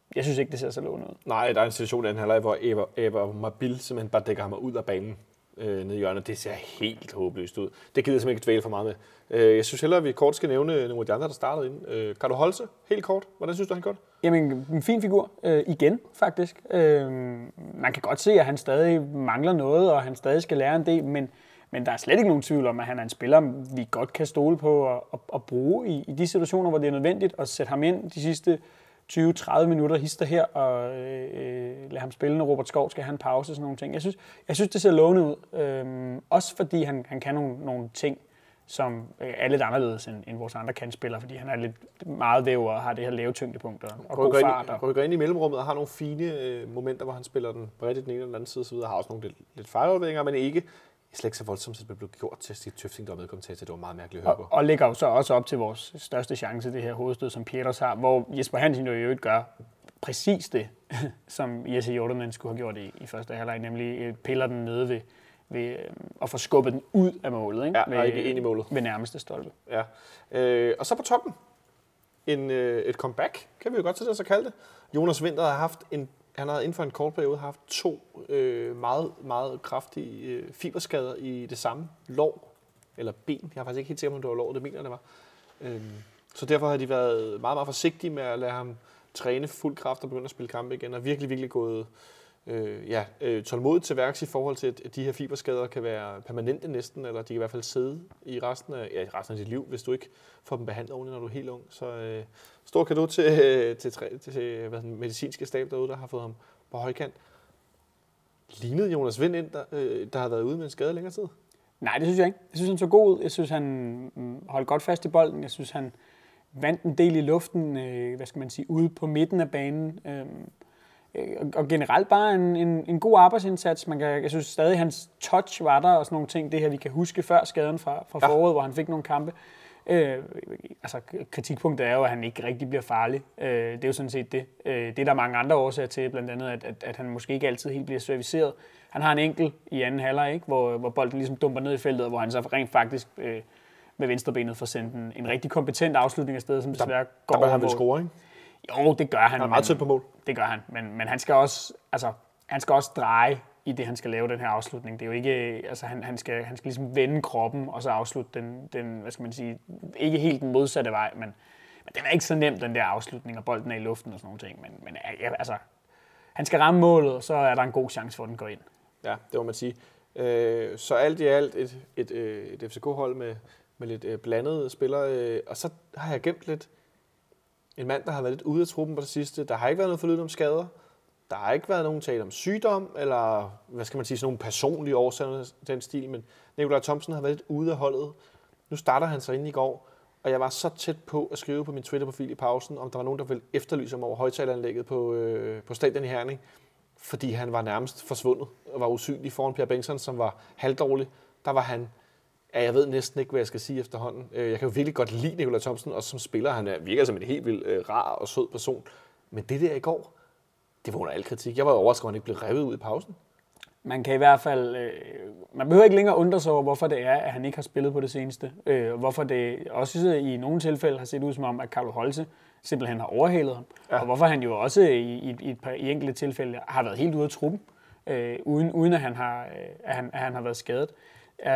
jeg synes ikke, det ser så lovende ud. Nej, der er en situation i den halvleg, hvor Eva, Eva Mabil simpelthen bare dækker ham ud af banen øh, nede i hjørnet. Det ser helt håbløst ud. Det gider jeg simpelthen ikke dvæle for meget med. Øh, jeg synes hellere, at vi kort skal nævne nogle af de andre, der startede ind. Øh, Carlo Holse, helt kort. Hvordan synes du, han gjorde det? Jamen, en fin figur. Øh, igen, faktisk. Øh, man kan godt se, at han stadig mangler noget, og han stadig skal lære en del, men, men der er slet ikke nogen tvivl om, at han er en spiller, vi godt kan stole på og, og, og bruge i, i de situationer, hvor det er nødvendigt, at sætte ham ind de sidste tyve til tredive minutter hister her, og øh, lade ham spille, når Robert Skov skal have en pause og sådan nogle ting. Jeg synes, jeg synes det ser lovende ud. Øh, også fordi han, han kan nogle, nogle ting, som er lidt anderledes end, end vores andre kantspillere, fordi han er lidt meget væver og har det her lave tyngdepunkt og, og god fart. Han går ind i mellemrummet og har nogle fine øh, momenter, hvor han spiller den bredt i den ene eller den anden side, så videre. Har også nogle lidt, lidt fejlafleveringer, men ikke slet ikke så voldsomt, så det blev gjort til Stig Tøfting, der var medkommentator. Det var meget mærkeligt at høre på. Og, og ligger jo så også op til vores største chance, det her hovedstød, som Pieters har, hvor Jesper Hansen jo i øvrigt gør præcis det, som Jesse Jordanen skulle have gjort i, i første halvleg, nemlig piller den nede ved, ved at få skubbet den ud af målet, ikke? Ja, ved, og ikke ind i målet. Ved nærmeste stolpe. Ja. Øh, og så på toppen, en, øh, et comeback, kan vi jo godt til det, så kalde det. Jonas Vinter har haft en, han har inden for en kort periode haft to øh, meget, meget kraftige øh, fiberskader i det samme lår, eller ben. Jeg er faktisk ikke helt sikker, om det var lår, det mener det var. Øh, så derfor har de været meget, meget forsigtige med at lade ham træne fuld kraft og begynde at spille kampe igen, og virkelig, virkelig gået øh, ja, øh, tålmodigt til værks i forhold til, at de her fiberskader kan være permanente næsten, eller de kan i hvert fald sidde i resten af, ja, resten af dit liv, hvis du ikke får dem behandlet ordentligt, når du er helt ung. Så øh, stor cadeau til, øh, til, til, til hvad, den medicinske stab derude, der har fået ham på højkant. Lignede Jonas Vind ind, der, øh, der har været ude med en skade længere tid? Nej, det synes jeg ikke. Jeg synes, han så god ud. Jeg synes, han holdt godt fast i bolden. Jeg synes, han vandt en del i luften, øh, hvad skal man sige, ude på midten af banen. Øh, og generelt bare en, en, en god arbejdsindsats. Man kan, jeg synes stadig, hans touch var der og sådan nogle ting. Det her, vi kan huske før skaden fra, fra ja. foråret, hvor han fik nogle kampe. Øh, altså, kritikpunktet er jo, at han ikke rigtig bliver farlig. Øh, det er jo sådan set det. Øh, det er der mange andre årsager til, blandt andet, at, at, at han måske ikke altid helt bliver serviceret. Han har en enkelt i anden halvleg, ikke, hvor, hvor bolden ligesom dumper ned i feltet, og hvor han så rent faktisk øh, med venstrebenet får sendt en, en rigtig kompetent afslutning af stedet, som desværre der, går der over han vil score, ikke? Jo, det gør han. Han er meget tæt på mål. Det gør han, men, men han skal også, altså, han skal også dreje i det, han skal lave den her afslutning. Det er jo ikke, altså, han, han, skal, han skal ligesom vende kroppen og så afslutte den, den, hvad skal man sige, ikke helt den modsatte vej, men, men den er ikke så nem, den der afslutning, og bolden er i luften og sådan nogle ting. Men, men ja, altså, han skal ramme målet, og så er der en god chance for, at den går ind. Ja, det må man sige. Øh, så alt i alt et, et, et, et F C K-hold med, med lidt blandede spillere, og så har jeg gemt lidt en mand, der har været lidt ude af truppen på det sidste. Der har ikke været noget forlydt om skader. Der har ikke været nogen tale om sygdom, eller hvad skal man sige, sådan nogle personlige årsager til den stil, men Nikolaj Thomsen har været lidt ude af holdet. Nu starter han så ind i går, og jeg var så tæt på at skrive på min Twitter-profil i pausen, om der var nogen, der ville efterlyse ham over højtaleranlægget på, øh, på stadion i Herning, fordi han var nærmest forsvundet og var usynlig foran Per Bengtsson, som var halvdårlig. Der var han, ja, jeg ved næsten ikke, hvad jeg skal sige efterhånden. Jeg kan jo virkelig godt lide Nikolaj Thomsen, også som spiller. Han virker som en helt vildt øh, rar og sød person. Men det der i går, det var under al kritik. Jeg var overrasket, at han ikke blev revet ud i pausen. Man kan i hvert fald, øh, man behøver ikke længere undre sig over, hvorfor det er, at han ikke har spillet på det seneste. Øh, hvorfor det også i nogle tilfælde har set ud som om, at Carlo Holse simpelthen har overhalet ham. Ja. Og hvorfor han jo også i, i, i et par i enkelte tilfælde har været helt ude af truppen, øh, uden, uden at han har, at han, at han har været skadet. Øh,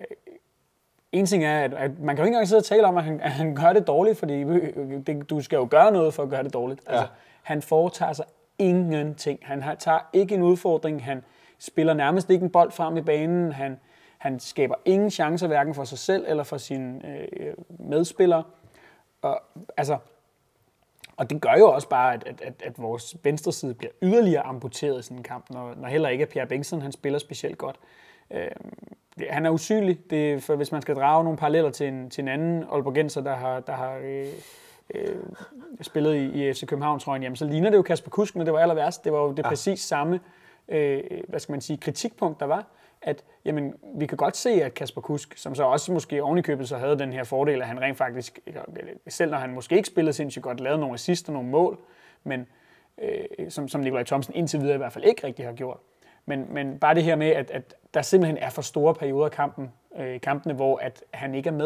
en ting er, at, at man kan jo ikke engang sidde og tale om, at han, at han gør det dårligt, fordi det, du skal jo gøre noget for at gøre det dårligt. Ja. Altså, han foretager sig ingenting. Han har, tager ikke en udfordring. Han spiller nærmest ikke en bold frem i banen. Han, han skaber ingen chancer, hverken for sig selv eller for sine øh, medspillere. Og, altså, og det gør jo også bare, at, at, at vores venstre side bliver yderligere amputeret i sådan en kamp, når, når heller ikke Per Bengtsson han spiller specielt godt. Øh, det, han er usynlig, det, for hvis man skal drage nogle paralleller til en, til en anden aalborgenser, der har, der har øh, øh, spillet i, i F C København-trøjen, jamen, så ligner det jo Kasper Kusk, når det var aller værst. Det var jo det ja. præcis samme øh, hvad skal man sige, kritikpunkt, der var. At jamen, vi kan godt se, at Kasper Kusk, som så også måske ovenikøbet så havde den her fordel, at han rent faktisk, selv når han måske ikke spillede sindssygt godt, lavede nogle assist og nogle mål, men øh, som, som Nikolaj Thomsen indtil videre i hvert fald ikke rigtig har gjort. Men, men bare det her med, at, at der simpelthen er for store perioder af kampen, øh, kampene, hvor at han ikke er med.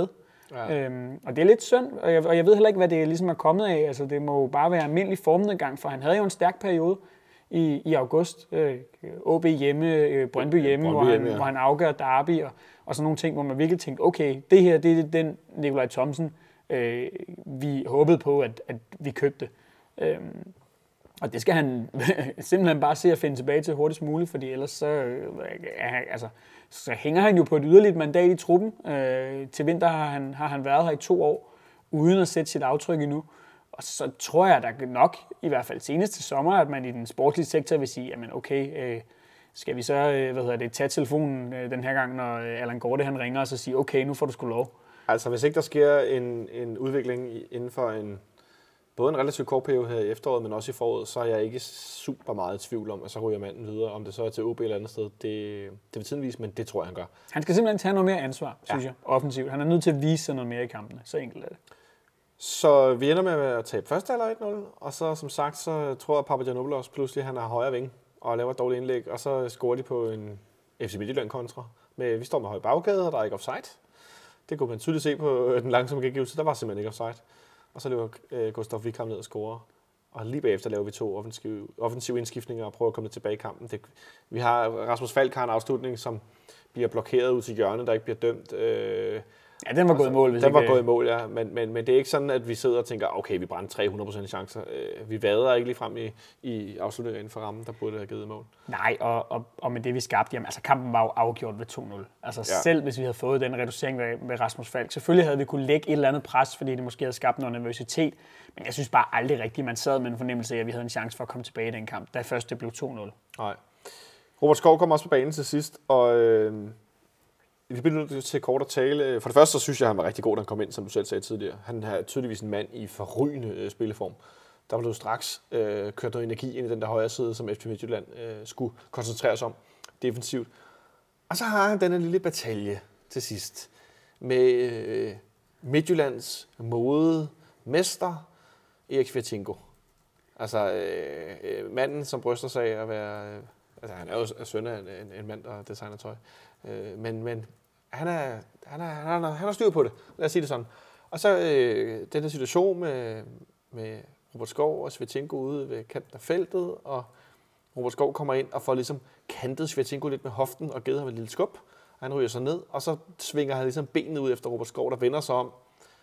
Ja. Øhm, og det er lidt synd, og jeg, og jeg ved heller ikke, hvad det ligesom er kommet af. Altså, det må jo bare være almindelig formnedgang, for han havde jo en stærk periode i, i august. Øh, O B hjemme, øh, Brøndby hjemme, Brøndby hvor, han, hjemme ja. hvor han afgør derby og, og sådan nogle ting, hvor man virkelig tænkte, okay, det her, det er den Nikolaj Thomsen, øh, vi håbede på, at, at vi købte. Øhm, og det skal han simpelthen bare se at finde tilbage til hurtigst muligt, fordi ellers så, øh, altså, så hænger han jo på et yderligt mandat i truppen. Øh, til vinter har han, har han været her i to år, uden at sætte sit aftryk endnu. Og så tror jeg da nok, i hvert fald senest til sommer, at man i den sportslige sektor vil sige, jamen okay, øh, skal vi så øh, hvad hedder det, tage telefonen øh, den her gang, når Allan Gorte han ringer, og så sige, okay, nu får du sgu lov. Altså hvis ikke der sker en, en udvikling inden for en, både en relativt kort periode her i efteråret, men også i foråret, så er jeg ikke super meget i tvivl om, at så ryger manden videre. Om det så er til O B eller andet sted, det, det vil tiden vise, men det tror jeg, han gør. Han skal simpelthen tage noget mere ansvar, synes ja. jeg, offensivt. Han er nødt til at vise sig noget mere i kampene. Så enkelt er det. Så vi ender med at tabe første halvleg et nul, og så som sagt, så tror jeg, at Papagiannopoulos pludselig han har højre vinge og laver et dårligt indlæg, og så scorer de på en F C Midtjylland kontra. Men vi står med høj baggade, og der er ikke offside. Det kunne man tydeligt se på den langsomme gengivelse, der var simpelthen ikke offside. Og så løber øh, Gustav Wikheim ned og scorer. Og lige bagefter laver vi to offensive, offensive indskiftninger og prøver at komme tilbage i kampen. Det, vi har Rasmus Falk har en afslutning, som bliver blokeret ud til hjørnet, der ikke bliver dømt. Øh, ja, den var gået i mål. Hvis den ikke... var gået i mål, ja. Men, men, men det er ikke sådan, at vi sidder og tænker, okay, vi brænder tre hundrede procent chancer. Øh, vi vader ikke lige frem i, i afslutningen inden for rammen, der burde have givet i mål. Nej, og, og, og med det vi skabte, jamen altså kampen var jo afgjort ved to nul. Altså ja. Selv hvis vi havde fået den reducering med, med Rasmus Falk, selvfølgelig havde vi kunne lægge et eller andet pres, fordi det måske havde skabt noget nervøsitet. Men jeg synes bare aldrig rigtigt, man sad med en fornemmelse af, at vi havde en chance for at komme tilbage i den kamp, da først det blev to nul. Nej. Robert Skov kom også på banen til sidst, og øh, vi bliver nødt til kort at tale. For det første, så synes jeg, at han var rigtig god, da han kom ind, som du selv sagde tidligere. Han er tydeligvis en mand i forrygende øh, spilleform. Der blev straks øh, kørt noget energi ind i den der højre side, som F C Midtjylland øh, skulle koncentrere sig om defensivt. Og så har han denne lille batalje til sidst med øh, Midtjyllands mode mester Erik Sviatchenko. Altså øh, øh, manden, som bryster sig af at være... Øh, altså han er jo søn af en, en, en mand, der designer tøj. Øh, men men han, er, han, er, han, er, han har styr på det, lad os sige det sådan. Og så øh, den her situation med, med Robert Skov og Sviatchenko ude ved kanten af feltet, og Robert Skov kommer ind og får ligesom kantet Sviatchenko lidt med hoften og givet ham et lille skub. Han ryger så ned, og så svinger han ligesom benet ud efter Robert Skov, der vender sig om,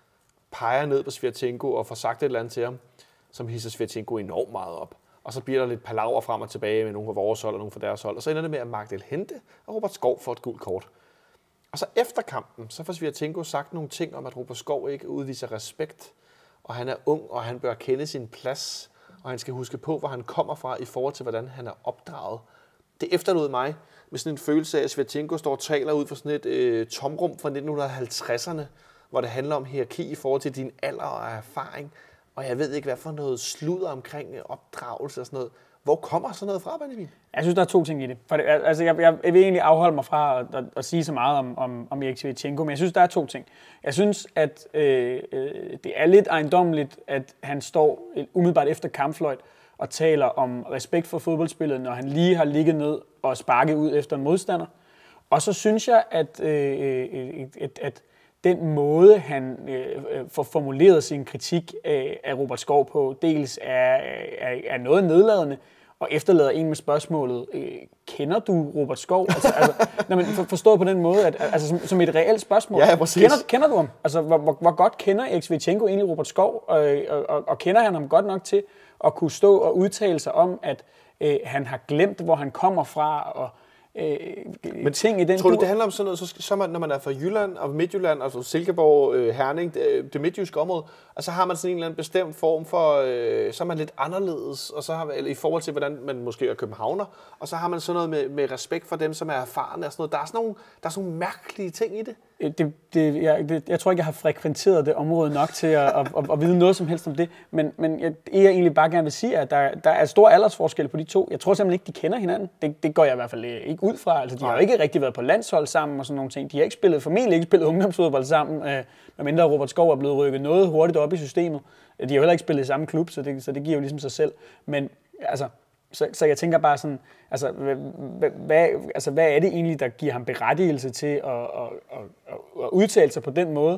peger ned på Sviatchenko og får sagt et eller andet til ham, som hisser Sviatchenko enormt meget op. Og så bliver der lidt palaver frem og tilbage med nogle fra vores hold og nogle fra deres hold. Og så ender det med, at Magdal Hente og Robert Skov får et gult kort. Og så efter kampen, så får Sviatchenko sagt nogle ting om, at Robert Skov ikke udviser respekt. Og han er ung, og han bør kende sin plads. Og han skal huske på, hvor han kommer fra i forhold til, hvordan han er opdraget. Det efterlod mig med sådan en følelse af, at Sviatchenko står og taler ud for sådan et øh, tomrum fra nitten halvtredserne, hvor det handler om hierarki i forhold til din alder og erfaring. Og jeg ved ikke, hvad for noget sludder omkring opdragelse og sådan noget. Hvor kommer sådan noget fra, Benjamin? Jeg synes, der er to ting i det. For det altså, jeg, jeg, jeg vil egentlig afholde mig fra at, at, at sige så meget om, om, om Erik Sviatchenko, men jeg synes, der er to ting. Jeg synes, at øh, øh, det er lidt ejendommeligt, at han står umiddelbart efter kampfløjt og taler om respekt for fodboldspillet, når han lige har ligget ned og sparket ud efter en modstander. Og så synes jeg, at, øh, øh, at, at den måde, han øh, får formuleret sin kritik af, af Robert Skov på, dels er, er, er noget nedladende, og efterlader en med spørgsmålet, øh, kender du Robert Skov? Altså, altså, når man forstår på den måde, at, altså, som, som et reelt spørgsmål. Ja, præcis. Kender, kender du ham? Altså, hvor, hvor, hvor godt kender Erik Sviatchenko egentlig Robert Skov? Og, og, og, og kender han ham godt nok til at kunne stå og udtale sig om, at øh, han har glemt, hvor han kommer fra, og Øh, men ting i den tror du, dur. det handler om sådan noget, så, så man, når man er fra Jylland og Midtjylland, altså Silkeborg, øh, Herning, det, det midtjyske område, og så har man sådan en eller anden bestemt form for, øh, så er man lidt anderledes, og så har, eller i forhold til, hvordan man måske er københavner, og så har man sådan noget med, med respekt for dem, som er erfarne og sådan noget. Der er sådan nogle, der er sådan nogle mærkelige ting i det. Det, det, jeg, det, jeg tror ikke, jeg har frekventeret det område nok til at, at, at, at vide noget som helst om det, men, men jeg, jeg egentlig bare gerne vil sige, at der, der er stor aldersforskel på de to. Jeg tror simpelthen ikke, de kender hinanden. Det, det går jeg i hvert fald ikke ud fra. Altså, de har jo ikke rigtig været på landshold sammen og sådan nogle ting. De har ikke spillet, formentlig ikke spillet ungdomsfodbold sammen, øh, medmindre Robert Skov er blevet rykket noget hurtigt op i systemet. De har jo heller ikke spillet i samme klub, så det, så det giver jo ligesom sig selv. Men altså, så, så jeg tænker bare sådan, altså hvad, hvad, altså, hvad er det egentlig, der giver ham berettigelse til at, at, at, at udtale sig på den måde?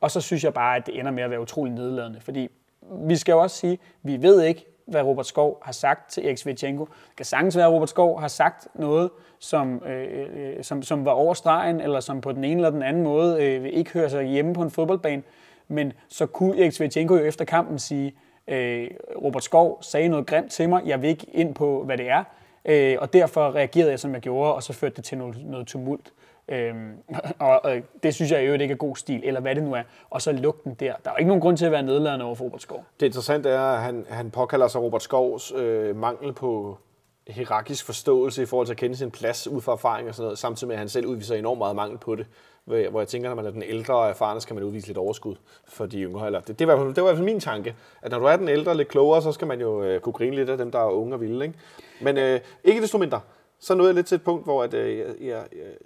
Og så synes jeg bare, at det ender med at være utrolig nedladende, fordi vi skal jo også sige, vi ved ikke, hvad Robert Skov har sagt til Erik Sviatchenko. Det kan sagtens være, at Robert Skov har sagt noget, som, øh, som, som var over stregen, eller som på den ene eller den anden måde øh, ikke hører sig hjemme på en fodboldbane. Men så kunne Erik Sviatchenko jo efter kampen sige, øh, Robert Skov sagde noget grimt til mig, jeg vil ikke ind på, hvad det er, øh, og derfor reagerede jeg, som jeg gjorde, og så førte det til noget, noget tumult. Øhm, og, og det synes jeg i øvrigt ikke er god stil, eller hvad det nu er, og så lukke den der. Der er jo ikke nogen grund til at være nedladende over for Robert Skov. Det interessante er, at han, han påkalder sig Robert Skovs øh, mangel på hierarkisk forståelse i forhold til at kende sin plads ud fra erfaring og sådan noget, samtidig med at han selv udviser enormt meget mangel på det. Hvor jeg tænker, når man er den ældre og erfarne, så kan man udvise lidt overskud for de yngre. Eller det, det, var, det var i hvert fald min tanke, at når du er den ældre og lidt klogere, så skal man jo øh, kunne grine lidt af dem, der er unge og vilde. Ikke? Men øh, ikke desto mindre, så nåede jeg lidt til et punkt, hvor at, øh, jeg, jeg,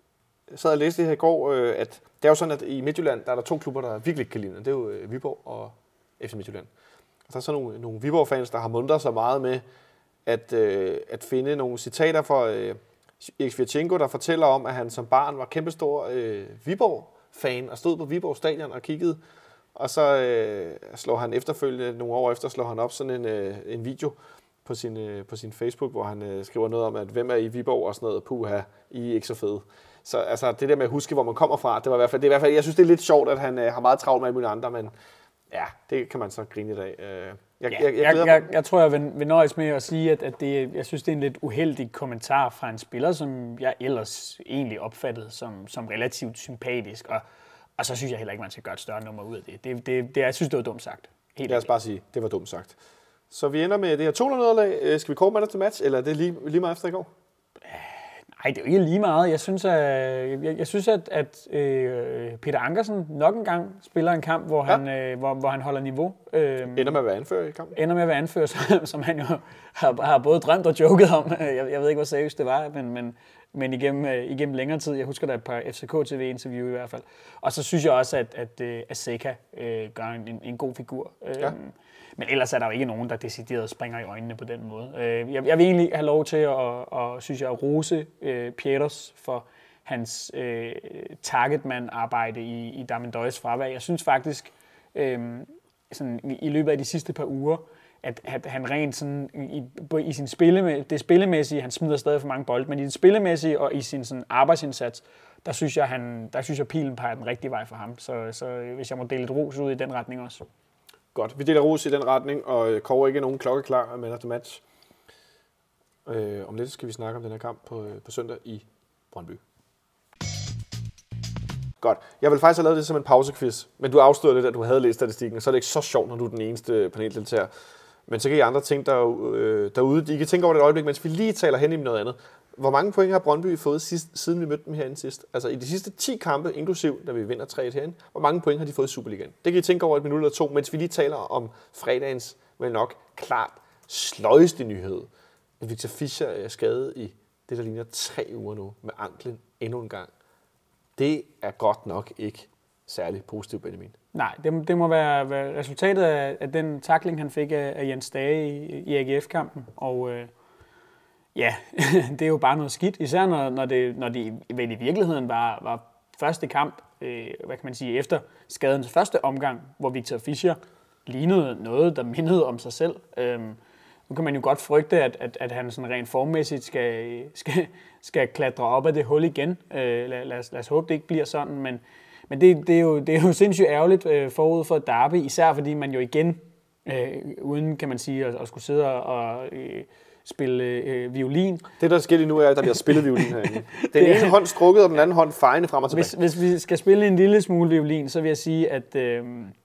jeg sad og læste det her i går, øh, at det er jo sådan, at i Midtjylland, der er der to klubber, der virkelig ikke kan lide. Det er jo øh, Viborg og F C Midtjylland. Og der er så nogle, nogle Viborg-fans, der har muntret sig meget med at, øh, at finde nogle citater fra øh, Erik Sviatchenko, der fortæller om, at han som barn var kæmpestor øh, Viborg-fan og stod på Viborg Stadion og kiggede. Og så øh, slår han efterfølgende, nogle år efter, slår han op sådan en, øh, en video på sin, øh, på sin Facebook, hvor han øh, skriver noget om, at hvem er i Viborg og sådan noget, puha, I er ikke så fede. Så altså, det der med at huske, hvor man kommer fra, det var i hvert fald, det er i hvert fald, jeg synes, det er lidt sjovt, at han øh, har meget travlt med alle mulige andre, men ja, det kan man så grine lidt af. Øh, jeg, ja, jeg, jeg, jeg, jeg, jeg tror, jeg vil, vil nøjes med at sige, at, at det, jeg synes, det er en lidt uheldig kommentar fra en spiller, som jeg ellers egentlig opfattede som, som relativt sympatisk, og, og så synes jeg heller ikke, man skal gøre et større nummer ud af det. det, det, det jeg synes, det var dumt sagt. Helt Lad os bare sige, det var dumt sagt. Så vi ender med det her to nul nederlag. Skal vi kåre man til match, eller er det lige, lige meget efter i går? Nej, det er jo ikke lige meget. Jeg synes, at, jeg, jeg synes, at, at øh, Peter Ankersen nok en gang spiller en kamp, hvor, ja. han, øh, hvor, hvor han holder niveau. Øh, ender med at være anfører i kampen? Ender med at være anfører, som, som han jo har, har både drømt og joket om. Jeg, jeg ved ikke, hvor seriøst det var, men, men, men igennem, øh, igennem længere tid. Jeg husker der et par F C K T V-interview i hvert fald. Og så synes jeg også, at, at, at Seca øh, gør en, en god figur. Ja. Øh, Men ellers er der jo ikke nogen, der decideret springer i øjnene på den måde. Jeg, jeg vil egentlig have lov til at, at synes jeg, at rose øh, Pieters for hans øh, targetman-arbejde i, i Darmen Døjes fravær. Jeg synes faktisk, øh, sådan, i, i løbet af de sidste par uger, at, at han rent sådan, i, i sin spille, det spillemæssige, han smider stadig for mange bolde, men i det spillemæssige og i sin sådan, arbejdsindsats, der synes jeg, han, der synes jeg, pilen peger den rigtige vej for ham. Så, så hvis jeg må dele et ros ud i den retning også. Godt, vi deler ros i den retning, og Kåre ikke nogen klokkeklar med efter match. Øh, om lidt skal vi snakke om den her kamp på, på søndag i Brøndby. Godt, jeg vil faktisk have lavet det som en pausequiz, men du afstod lidt, at du havde læst statistikken, så er det ikke så sjovt, når du er den eneste paneldeltager. Men så kan I andre tænke der, øh, derude, I kan tænke over det et øjeblik, mens vi lige taler hen i noget andet. Hvor mange point har Brøndby fået sidst, siden vi mødte dem herinde sidst? Altså i de sidste ti kampe, inklusiv, da vi vinder tre et herinde, hvor mange point har de fået i Superligaen? Det kan I tænke over et minut eller to, mens vi lige taler om fredagens, vel nok, klart sløjeste nyhed. At Victor Fischer er skadet i det, der ligner tre uger nu, med anklen endnu en gang. Det er godt nok ikke særlig positivt, Benjamin. Nej, det, det må være, være resultatet af, af den tackling, han fik af, af Jens Dage i, i A G F-kampen, og øh, ja, det er jo bare noget skidt, især når, når, det, når det vel i virkeligheden var, var første kamp, øh, hvad kan man sige, efter skadens første omgang, hvor Victor Fischer lignede noget, der mindede om sig selv. Øhm, nu kan man jo godt frygte, at, at, at han sådan rent formmæssigt skal, skal, skal klatre op af det hul igen. Øh, lad, lad, os, lad os håbe, det ikke bliver sådan, men, men det, det, er jo, det er jo sindssygt ærgerligt øh, forud for derby, især fordi man jo igen, øh, uden kan man sige, at, at skulle sidde og øh, spille øh, violin. Det, der sker lige nu, er, at der bliver spillet violin herinde. Den ene hånd strukket, og den anden hånd fejende frem og tilbage. Hvis, hvis vi skal spille en lille smule violin, så vil jeg sige, at øh,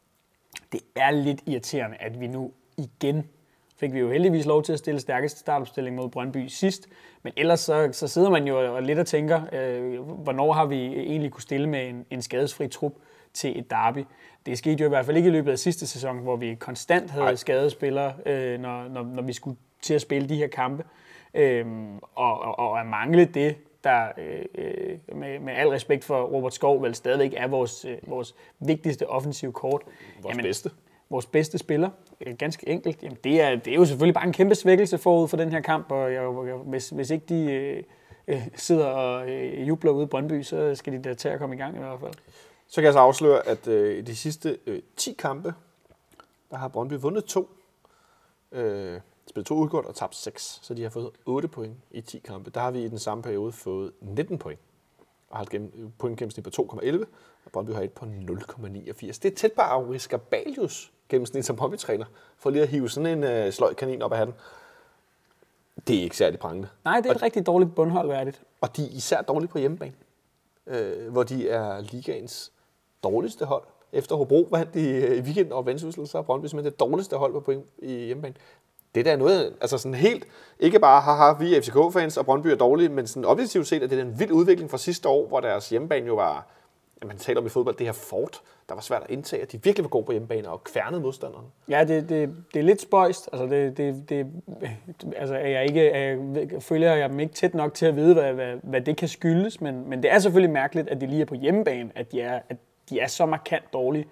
det er lidt irriterende, at vi nu igen fik vi jo heldigvis lov til at stille stærkeste startopstilling mod Brøndby sidst. Men ellers så, så sidder man jo lidt og tænker, øh, hvornår har vi egentlig kunne stille med en, en skadesfri trup til et derby. Det skete jo i hvert fald ikke i løbet af sidste sæson, hvor vi konstant havde skadede spillere, øh, når, når, når vi skulle til at spille de her kampe. Øhm, og, og, og at mangle det, der øh, med, med al respekt for Robert Skov, vel stadigvæk er vores, øh, vores vigtigste offensive kort. Vores jamen, bedste. Vores bedste spiller, øh, ganske enkelt. Jamen, det, er, det er jo selvfølgelig bare en kæmpe svækkelse forud for den her kamp, og jeg, jeg, hvis, hvis ikke de øh, øh, sidder og øh, jubler ude i Brøndby, så skal de da til at komme i gang i hvert fald. Så kan jeg så afsløre, at øh, i de sidste øh, ti kampe, der har Brøndby vundet to, øh, spillet to udgjort og tabt seks. Så de har fået otte point i ti kampe. Der har vi i den samme periode fået nitten point. Og har et gennem, pointgennemsnit på to komma elleve, og Brøndby har et på nul komma niogfirs. Det er tæt på Aurich Gabalius gennemsnit som Brøndby-træner, for lige at hive sådan en øh, sløj kanin op af hatten. Det er ikke særlig prangende. Nej, det er et og, rigtig dårligt bundhold værdigt. Og de er især dårlige på hjemmebane, øh, hvor de er ligaens dårligste hold. Efter Hobro vandt i, i weekenden over Vendsyssel, så er Brøndby simpelthen det dårligste hold på point i hjemmebane. Det der er noget, altså sådan helt, ikke bare haha, vi er F C K-fans, og Brøndby er dårlige, men sådan objektivt set, at det er en vild udvikling fra sidste år, hvor deres hjemmebane jo var, man taler om i fodbold, det her fort, der var svært at indtage, at de virkelig var gode på hjemmebane og kværnede modstanderne. Ja, det, det, det er lidt spøjst. Altså, det, det, det, altså er jeg ikke, er jeg, føler jeg dem ikke tæt nok til at vide, hvad, hvad, hvad det kan skyldes, men, men det er selvfølgelig mærkeligt, at de lige er på hjemmebane, at de er, at de er så markant dårlige.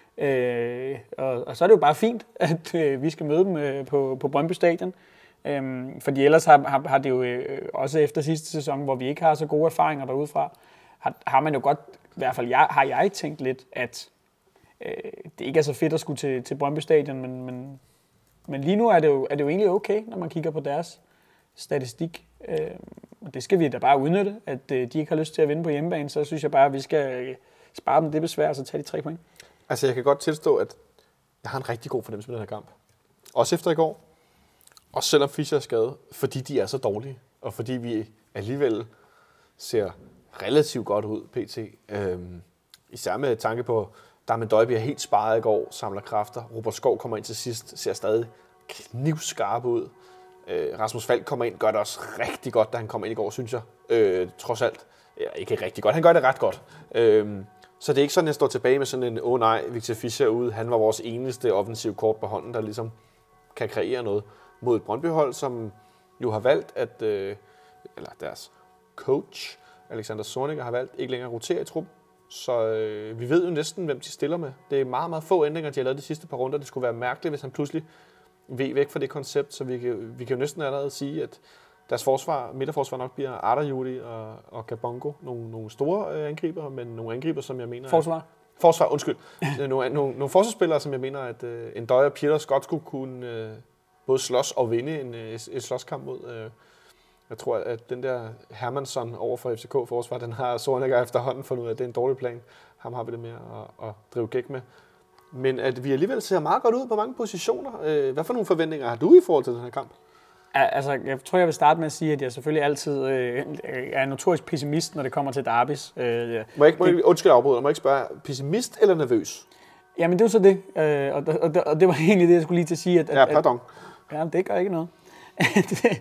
Øh, og, og så er det jo bare fint, at øh, vi skal møde dem øh, på, på Brøndby Stadion. Øhm, fordi ellers har, har, har det jo øh, også efter sidste sæson, hvor vi ikke har så gode erfaringer derudefra, har, har man jo godt, i hvert fald jeg, har jeg tænkt lidt, at øh, det ikke er så fedt at skulle til, til Brøndby Stadion, men, men, men lige nu er det, jo, er det jo egentlig okay, når man kigger på deres statistik. Øh, og det skal vi da bare udnytte, at øh, de ikke har lyst til at vinde på hjemmebane, så synes jeg bare, at vi skal øh, spare dem det besvær, og så tage de tre point. Altså, jeg kan godt tilstå, at jeg har en rigtig god fornemmelse med den her kamp. Også efter i går. Også selvom Fischer er skadet, fordi de er så dårlige, og fordi vi alligevel ser relativt godt ud, pt. Øhm, især med tanke på, Darmen Døjby er helt sparet i går, samler kræfter. Robert Skov kommer ind til sidst, ser stadig knivskarp ud. Øh, Rasmus Falk kommer ind, gør det også rigtig godt, da han kommer ind i går, synes jeg. Øh, trods alt. Ja, ikke rigtig godt, han gør det ret godt. Øh, så det er ikke sådan, at jeg står tilbage med sådan en, åh oh, nej, Victor Fischer ude. Han var vores eneste offensive kort på hånden, der ligesom kan kreere noget mod et Brøndby-hold, som jo har valgt, at øh, eller deres coach, Alexander Zorniger, har valgt ikke længere at rotere i truppen. Så øh, vi ved jo næsten, hvem de stiller med. Det er meget, meget få ændringer, de har lavet de sidste par runder. Det skulle være mærkeligt, hvis han pludselig ved væk fra det koncept, så vi kan, vi kan jo næsten allerede sige, at deres forsvar, midterforsvar nok bliver Arda og, og Gabongo. Nogle, nogle store øh, angriber, men nogle angriber, som jeg mener... Forsvar? At, forsvar, undskyld. nogle, nogle, nogle forsvarsspillere, som jeg mener, at øh, en Døje og Pieters godt skulle kunne øh, både slås og vinde en øh, et slåskamp mod... Øh, jeg tror, at den der Hermansson over for F C K-forsvar, den har Zorniger efterhånden fundet ud af, at det er en dårlig plan. Ham har vi det med at, at drive gæk med. Men at vi alligevel ser meget godt ud på mange positioner. Hvad for nogle forventninger har du i forhold til den her kamp? Altså, jeg tror, jeg vil starte med at sige, at jeg selvfølgelig altid øh, er en notorisk pessimist, når det kommer til derbys. Øh, må jeg ikke, må jeg, undskyld afbryde, må jeg ikke spørge, pessimist eller nervøs? Jamen, det er jo så det. Øh, og, og, og det var egentlig det, jeg skulle lige til at sige. At, ja, pardon. At, ja, det gør ikke noget. det,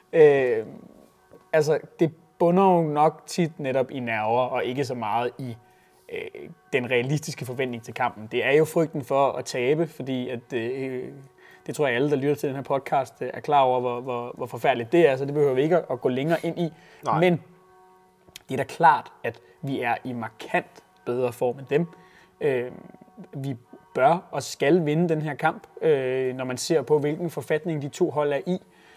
øh, altså, det bunder jo nok tit netop i nerver, og ikke så meget i øh, den realistiske forventning til kampen. Det er jo frygten for at tabe, fordi at, øh, det tror jeg alle, der lytter til den her podcast, er klar over, hvor, hvor, hvor forfærdeligt det er, så det behøver vi ikke at, at gå længere ind i. Nej. Men det er da klart, at vi er i markant bedre form end dem. Øh, vi bør og skal vinde den her kamp, øh, når man ser på, hvilken forfatning de to hold er i.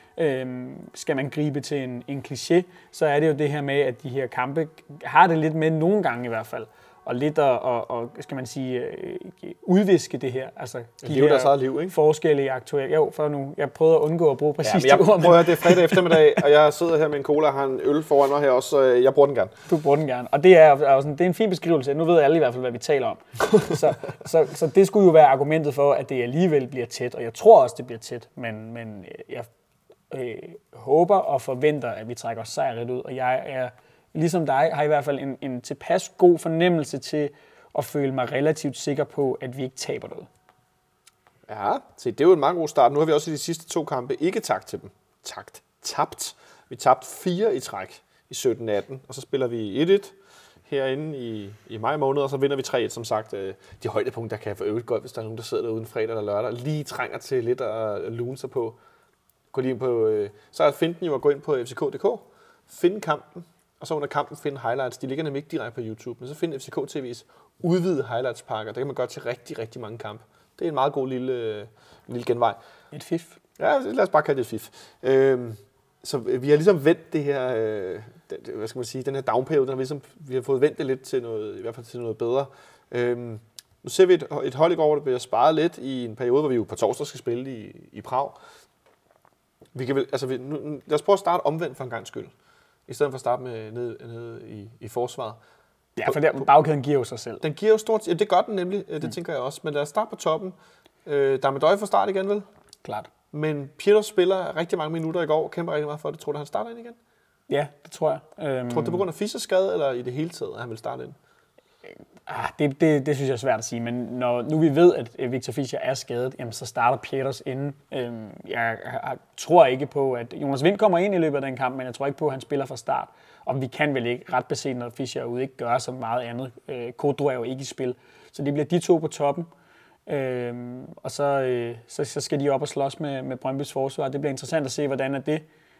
Øhm, skal man gribe til en, en kliché, så er det jo det her med, at de her kampe har det lidt med nogle gange i hvert fald, og lidt at, og, og, skal man sige, øh, udviske det her. Altså, de liv, deres eget liv, ikke? Forskelle i aktuelt. Jo, for nu, jeg prøvede at undgå at bruge præcis ja, det ord. Prøv at høre, det er fredag eftermiddag, og jeg sidder her med en cola og har en øl foran mig her også, så jeg bruger den gerne. Du bruger den gerne, og det er, er sådan, det er en fin beskrivelse. Nu ved alle i hvert fald, hvad vi taler om. så, så, så det skulle jo være argumentet for, at det alligevel bliver tæt, og jeg tror også, det bliver tæt, men, men jeg Øh, håber og forventer, at vi trækker os sejrigt ud, og jeg er, ligesom dig, har i hvert fald en, en tilpas god fornemmelse til at føle mig relativt sikker på, at vi ikke taber noget. Ja, se, det er jo en meget god start. Nu har vi også i de sidste to kampe ikke takt til dem. Takt. Tabt. Vi tabte fire i træk i sytten atten, og så spiller vi et et herinde i, i maj måned, og så vinder vi tre et, som sagt. De højdepunkter kan jeg for øvrigt godt, hvis der er nogen, der sidder derude en fredag eller lørdag, og lige trænger til lidt at lune sig på. Gå lige på, øh, så er finten jo at gå ind på F C K punktum d k, finde kampen, og så under kampen finde highlights. De ligger nemlig ikke direkte på YouTube, men så find F C K T V's udvidede highlights-pakker. Det kan man gøre til rigtig, rigtig mange kampe. Det er en meget god lille, øh, lille genvej. Et fif. Ja, lad os bare kalde det et fif. Øh, så vi har ligesom vendt det her, øh, den, hvad skal man sige, den her downperiode, der ligesom, vi har fået vendt det lidt til noget, i hvert fald til noget bedre. Øhm, nu ser vi et, et hold i går, der bliver sparet lidt i en periode, hvor vi jo på torsdag skal spille i, i Prag. Vi kan vel, altså vi, nu, lad os prøve at starte omvendt for en gang skyld, i stedet for at starte med ned, ned i, i forsvaret. Ja, for der, bagkæden giver jo sig selv. Den giver jo stort, ja, det gør den nemlig, det mm. tænker jeg også, men lad os starte på toppen. Øh, der er med Døje fra start igen, vel? Klart. Men Pieters spiller rigtig mange minutter i går, kæmper rigtig meget for det. Tror du, han starter ind igen? Ja, det tror jeg. Øhm, tror du, det er på grund af Fischers skade, eller i det hele taget, at han vil starte ind? Ah, det, det, det synes jeg er svært at sige, men når nu vi ved, at Victor Fischer er skadet, jamen, så starter Pieters inden. Øhm, jeg, jeg tror ikke på, at Jonas Wind kommer ind i løbet af den kamp, men jeg tror ikke på, at han spiller fra start. Og vi kan vel ikke ret beset, når Fischer er ude, ikke gøre så meget andet. Øh, Kodro er jo ikke i spil. Så det bliver de to på toppen. Øhm, og så, øh, så, så skal de op og slås med, med Brøndbys forsvar. Det bliver interessant at se, hvordan det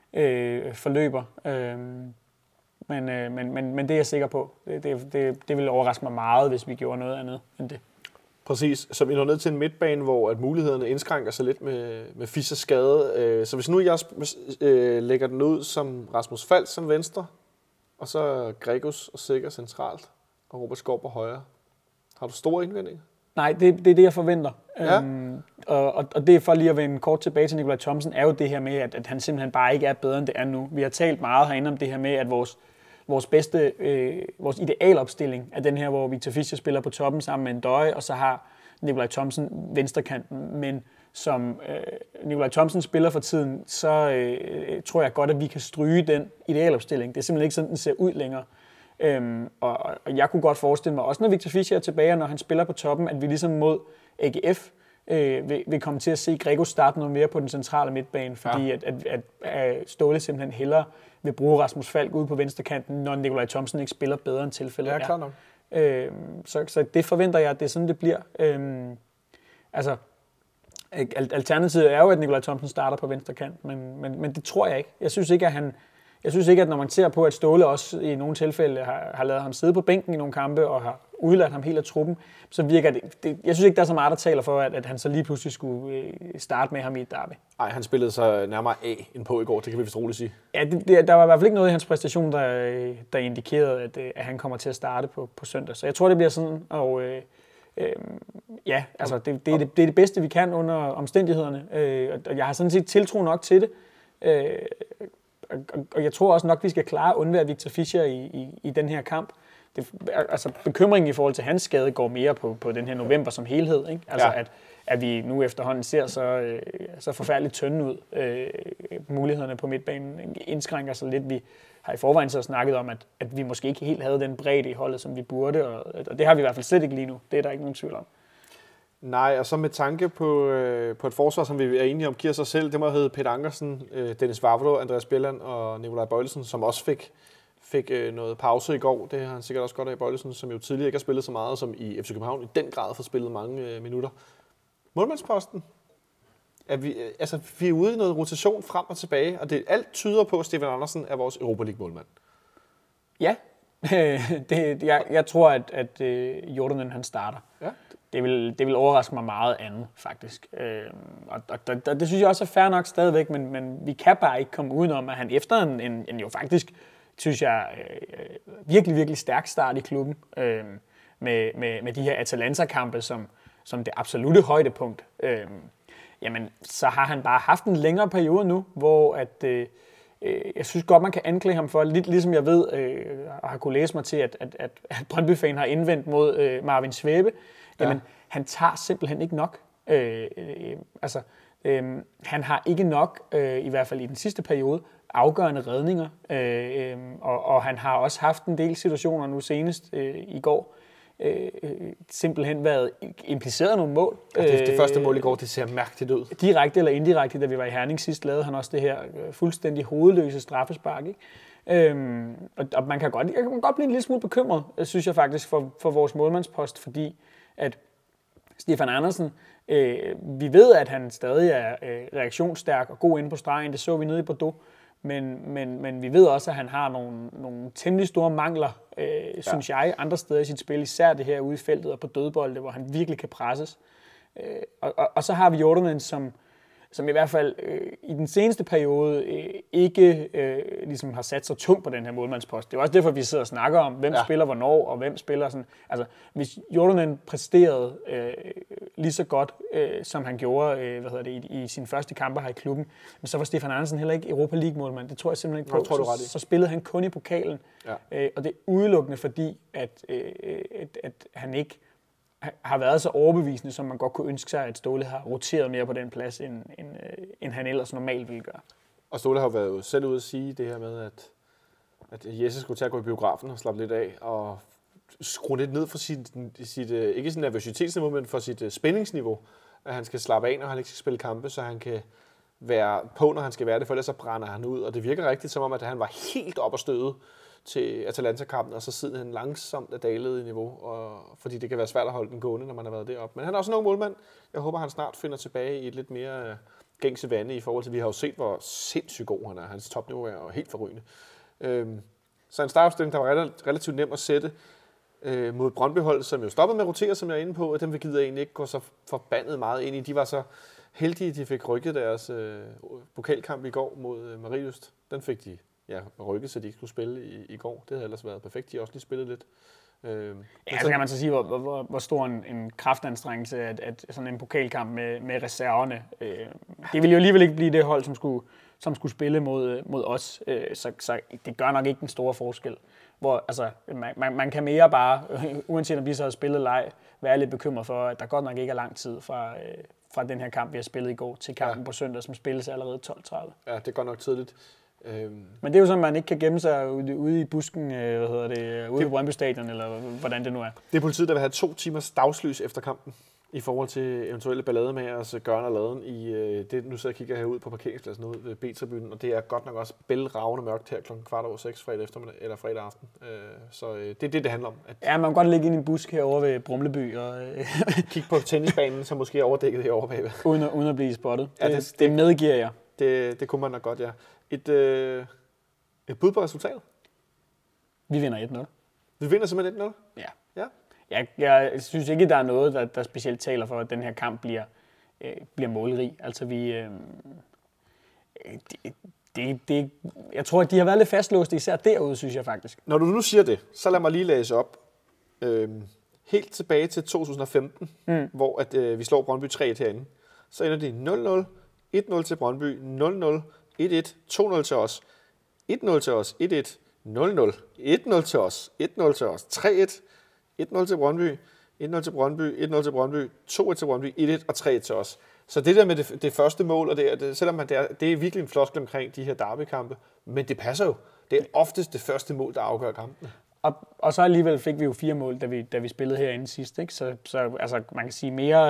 øh, forløber. Øhm, men, øh, men, men, men det er jeg sikker på. Det, det, det, det ville overraske mig meget, hvis vi gjorde noget andet end det. Præcis. Så vi når ned til en midtbane, hvor at mulighederne indskrænker sig lidt med, med Fischers skade. Øh, så hvis nu jeg øh, lægger den ud som Rasmus Falk som venstre, og så Gregos og Sikker centralt, og Robert Skov på højre. Har du store indvendinger? Nej, det, det er det, jeg forventer. Ja. Øhm, og, og, og det er for lige at vende kort tilbage til Nikolaj Thomsen, er jo det her med, at, at han simpelthen bare ikke er bedre, end det er nu. Vi har talt meget herinde om det her med, at vores, vores bedste, øh, vores idealopstilling er den her, hvor Victor Fischer spiller på toppen sammen med en Døje, og så har Nikolaj Thomsen venstrekanten. Men som øh, Nikolaj Thomsen spiller for tiden, så øh, tror jeg godt, at vi kan stryge den idealopstilling. Det er simpelthen ikke sådan, den ser ud længere. Øhm, og, og jeg kunne godt forestille mig, også når Victor Fischer er tilbage, og når han spiller på toppen, at vi ligesom mod A G F øh, vil, vil komme til at se Grego starte noget mere på den centrale midtbane, fordi ja. at, at, at, at Ståle simpelthen hellere vil bruge Rasmus Falk ude på venstrekanten, når Nikolaj Thomsen ikke spiller bedre end tilfældet er. Ja, klart nok. Øhm, så, så det forventer jeg, at det er sådan, det bliver. Øhm, altså, alternativet er jo, at Nikolaj Thomsen starter på venstrekant, men, men, men det tror jeg ikke. Jeg synes ikke, at han... Jeg synes ikke, at når man ser på, at Ståle også i nogle tilfælde har, har lavet ham sidde på bænken i nogle kampe og har udladt ham helt af truppen, så virker det, det... Jeg synes ikke, der er så meget, der taler for, at, at han så lige pludselig skulle øh, starte med ham i et derby. Nej, han spillede så nærmere A end på i går, det kan vi vist roligt sige. Ja, det, det, der var i hvert fald ikke noget i hans præstation, der, der indikerede, at, at han kommer til at starte på, på søndag. Så jeg tror, det bliver sådan, og øh, øh, ja, altså det, det, er det, det er det bedste, vi kan under omstændighederne, øh, og jeg har sådan set tiltro nok til det. Øh, Og jeg tror også nok, vi skal klare at undvære Victor Fischer i, i, i den her kamp. Det, altså bekymringen i forhold til hans skade går mere på, på den her november som helhed. Ikke? Altså ja. at, at vi nu efterhånden ser så, øh, så forfærdeligt tynde ud. Øh, mulighederne på midtbanen indskrænker sig lidt. Vi har i forvejen så snakket om, at, at vi måske ikke helt havde den bredde i holdet, som vi burde. Og, og det har vi i hvert fald slet ikke lige nu. Det er der ikke nogen tvivl om. Nej, og så med tanke på, øh, på et forsvar, som vi er enige om, giver sig selv, det må hedde Peter Ankersen, øh, Dennis Vavro, Andreas Bjelland og Nikolaj Bøjlesen, som også fik, fik øh, noget pause i går. Det har han sikkert også godt af Bøjlesen, som jo tidligere ikke har spillet så meget, som i F C København i den grad får spillet mange øh, minutter. Målmandsposten. Er vi, øh, altså, vi er ude i noget rotation frem og tilbage, og det alt tyder på, at Stefan Andersen er vores Europa League-målmand. Ja, det, jeg, jeg tror, at, at uh, Jordanen han starter. Ja. Det vil, det vil overraske mig meget andet, faktisk. Øh, og, og, og det synes jeg også er fair nok stadigvæk, men, men vi kan bare ikke komme udenom, at han efter en, en, en jo faktisk, synes jeg, øh, virkelig, virkelig stærk start i klubben, øh, med, med, med de her Atalanta-kampe som, som det absolutte højdepunkt, øh, jamen, så har han bare haft en længere periode nu, hvor at, øh, jeg synes godt, man kan anklage ham for, lidt ligesom jeg ved, øh, og har kunne læse mig til, at, at, at, at Brøndby-fan har indvendt mod øh, Marvin Svebe. Jamen, ja. Han tager simpelthen ikke nok. Øh, øh, altså, øh, han har ikke nok, øh, i hvert fald i den sidste periode, afgørende redninger. Øh, øh, og, og han har også haft en del situationer nu senest øh, i går, øh, simpelthen været impliceret nogle mål. Ja, det, det første mål i går, det ser mærkeligt ud. Direkte eller indirekte, da vi var i Herning sidst, lavede han også det her fuldstændig hovedløse straffespark. Ikke? Øhm, og, og man kan godt, jeg kan godt blive en lille smule bekymret, synes jeg faktisk, for, for vores målmandspost, fordi at Stefan Andersen, øh, vi ved, at han stadig er øh, reaktionsstærk og god inde på stregen, det så vi nede i Bordeaux, men, men, men vi ved også, at han har nogle, nogle temmelig store mangler, øh, ja. synes jeg, andre steder i sit spil, især det her ude i feltet og på dødbolde, hvor han virkelig kan presses. Øh, og, og, og så har vi Jordanen, som, som i hvert fald øh, i den seneste periode øh, ikke øh, ligesom har sat så tungt på den her målmandspost. Det er også derfor, vi sidder og snakker om, hvem ja. spiller hvornår, og hvem spiller sådan. Altså, hvis Jordanen præsterede øh, lige så godt, øh, som han gjorde øh, hvad hedder det, i, i sine første kampe her i klubben, men så var Stefan Andersen heller ikke Europa League-målmand. Det tror jeg simpelthen ikke på. Nå, tror du ret i. Så, så spillede han kun i pokalen, ja. øh, og det er udelukkende fordi, at, øh, at, at han ikke har været så overbevisende, som man godt kunne ønske sig, at Ståle har roteret mere på den plads, end, end, end han ellers normalt ville gøre. Og Ståle har været jo selv ude at sige det her med, at, at Jesse skulle til at gå i biografen og slappe lidt af, og skrue lidt ned for sit, sit ikke sin nervøsitetsniveau, men for sit spændingsniveau, at han skal slappe af, når han ikke skal spille kampe, så han kan være på, når han skal være det, for ellers så brænder han ud. Og det virker rigtigt, som om, at han var helt op at støde til Atalanta-kampen, og så siden han langsomt er dalet i niveau, og, fordi det kan være svært at holde den gående, når man har været deroppe. Men han er også en ung målmand. Jeg håber, han snart finder tilbage i et lidt mere gængse vande i forhold til, vi har jo set, hvor sindssygt god han er. Hans topniveau er helt forrygende. Øhm, så en startopstilling, der var relativt nem at sætte øh, mod Brøndby-hold, som jo stoppede med at rotere, som jeg er inde på, og dem vi gider egentlig ikke gå så forbandet meget ind i. De var så heldige, de fik rykket deres øh, pokalkamp i går mod øh, Marienlyst. Den fik de ja, rykket, så de ikke skulle spille i, i går. Det havde ellers været perfekt. De har også lige spillet lidt. Øh, ja, så kan man så sige, hvor, hvor, hvor stor en, en kraftanstrengelse, at, at sådan en pokalkamp med, med reserverne, øh, det ville jo alligevel ikke blive det hold, som skulle, som skulle spille mod, mod os. Øh, så, så det gør nok ikke den store forskel. Hvor, altså, man, man, man kan mere bare, uanset om vi så har spillet leg, være lidt bekymret for, at der godt nok ikke er lang tid fra, øh, fra den her kamp, vi har spillet i går, til kampen ja. på søndag, som spilles allerede tolv tredive. Ja, det er godt nok tidligt. Øhm. Men det er jo sådan, at man ikke kan gemme sig ude, ude i busken, hvad hedder det, ude det, i Brøndby Stadion, eller hvordan det nu er. Det er politiet, der vil have to timers dagslys efter kampen, i forhold til eventuelle ballademagers gørn og laden i det. Nu sidder jeg og kigger herud på parkeringspladsen ude ved B-tribunen, og det er godt nok også bælragende mørkt her klokken kvart over seks fredag eftermiddag, eller fredag aften. Så det er det, det handler om. At ja, man kan godt ligge ind i en busk herovre ved Brumleby og kigge på tennisbanen, som måske er overdækket herovre bagved. Uden at, uden at blive spottet. Ja, det, det, det medgiver jeg. Det, det kunne man nok godt, ja. Et, øh, et bud på resultatet? Vi vinder et nul. Vi vinder simpelthen et nul? Ja. Ja. Jeg, jeg synes ikke, der er noget, der, der specielt taler for, at den her kamp bliver, øh, bliver målrig. Altså vi... Øh, det, det, det, jeg tror, at de har været lidt fastlåste, især derude, synes jeg faktisk. Når du nu siger det, så lad mig lige læse op. Øhm, helt tilbage til to tusind og femten, mm. hvor at, øh, vi slår Brøndby tre et herinde. Så ender det nul nul, et nul til Brøndby, nul nul, et et, to nul til os, et nul til os, et et, nul nul, et nul til os, et nul til os, tre et, et nul til Brøndby, et nul til Brøndby, et nul til Brøndby, to et til Brøndby, et et og tre et til os. Så det der med det, det første mål, og det, det, selvom man, det, er, det er virkelig en floskel omkring de her derbykampe, men det passer jo. Det er oftest det første mål, der afgør kampen. Og, og så alligevel fik vi jo fire mål, da vi, da vi spillede herinde sidst, ikke? Så, så altså, man kan sige mere,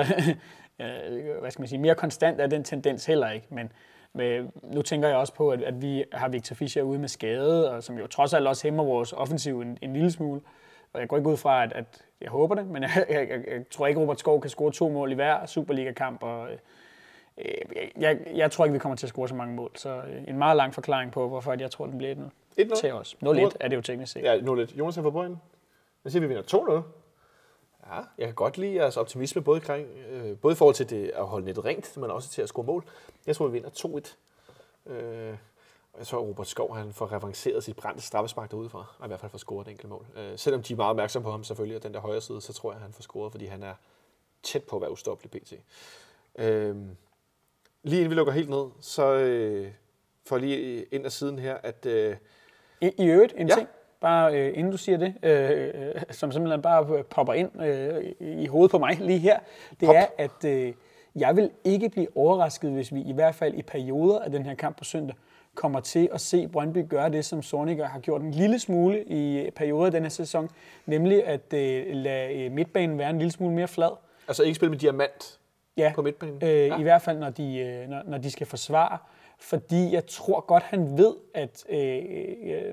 hvad skal man sige, mere konstant er den tendens heller ikke, men Men nu tænker jeg også på, at, at vi har Victor Fischer ude med skade, og som jo trods alt også hæmmer vores offensiv en, en lille smule. Og jeg går ikke ud fra, at, at jeg håber det, men jeg, jeg, jeg, jeg tror ikke, Robert Skov kan score to mål i hver Superliga-kamp. Og, øh, jeg, jeg tror ikke, vi kommer til at score så mange mål. Så øh, en meget lang forklaring på, hvorfor jeg tror, den bliver et nul. et nul? Til os. nul et er det jo teknisk set. Ja, nul et. Jonas har fået på en. Jeg siger, vi vinder to nul. Ja, jeg kan godt lide jeres optimisme, både, kring, øh, både i forhold til det at holde nettet rent, men også til at score mål. Jeg tror, vi vinder to et. Øh, og jeg tror, at Robert Skov han får revanceret sit brændte straffespark derudefra, og i hvert fald får scoret et enkelt mål. Øh, selvom de er meget opmærksomme på ham selvfølgelig, og den der højre side, så tror jeg, at han får scoret, fordi han er tæt på at være ustoppelig pt. Øh, lige inden vi lukker helt ned, så øh, får lige ind ad siden her, at... Øh, I, I øvrigt, en ja. ting, bare øh, inden du siger det, øh, som simpelthen bare popper ind øh, i hovedet på mig lige her, det Pop. er, at øh, jeg vil ikke blive overrasket, hvis vi i hvert fald i perioder af den her kamp på søndag kommer til at se Brøndby gøre det, som Zorniger har gjort en lille smule i perioder af den her sæson, nemlig at øh, lade midtbanen være en lille smule mere flad. Altså ikke spille med diamant ja, på midtbanen? Øh, ja, i hvert fald når de, øh, når, når de skal forsvare. Fordi jeg tror godt, han ved, at... Øh, øh,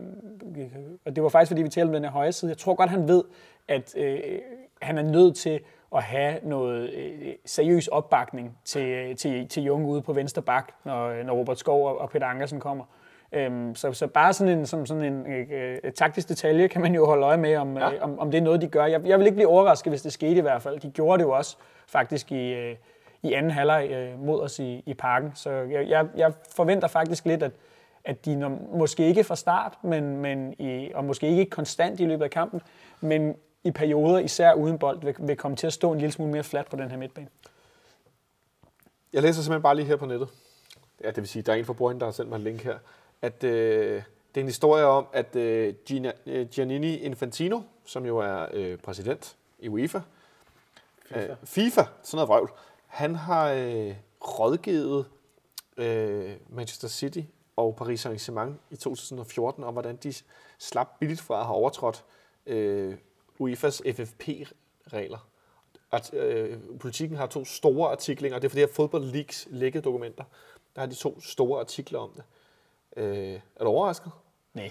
og det var faktisk, fordi vi talte om den her højre side. Jeg tror godt, han ved, at øh, han er nødt til at have noget øh, seriøs opbakning til, til, til Junge ude på venstre bak, når, når Robert Skov og, og Peter Ankersen kommer. Øhm, så, så bare sådan en, som sådan en øh, taktisk detalje kan man jo holde øje med, om, ja. øh, om, om det er noget, de gør. Jeg, jeg vil ikke blive overrasket, hvis det skete i hvert fald. De gjorde det jo også faktisk i... Øh, i anden halvleg øh, mod os i, i parken. Så jeg, jeg, jeg forventer faktisk lidt, at, at de når, måske ikke fra start, men, men i, og måske ikke konstant i løbet af kampen, men i perioder, især uden bold, vil, vil komme til at stå en lille smule mere fladt på den her midtbane. Jeg læser simpelthen bare lige her på nettet. Ja, det vil sige, der er en fra Borgen, der har sendt mig en link her. At øh, det er en historie om, at øh, Gina, øh, Giannini Infantino, som jo er øh, præsident i UEFA, FIFA, øh, FIFA sådan noget vrøvl, han har øh, rådgivet øh, Manchester City og Paris Saint-Germain i to tusind og fjorten om, hvordan de slap billigt fra at have overtrådt øh, UEFA's F F P-regler. At, øh, Politikken har to store artikler, og det er fordi, at Football Leagues lækkede dokumenter. Der har de to store artikler om det. Øh, er du overrasket? Nej.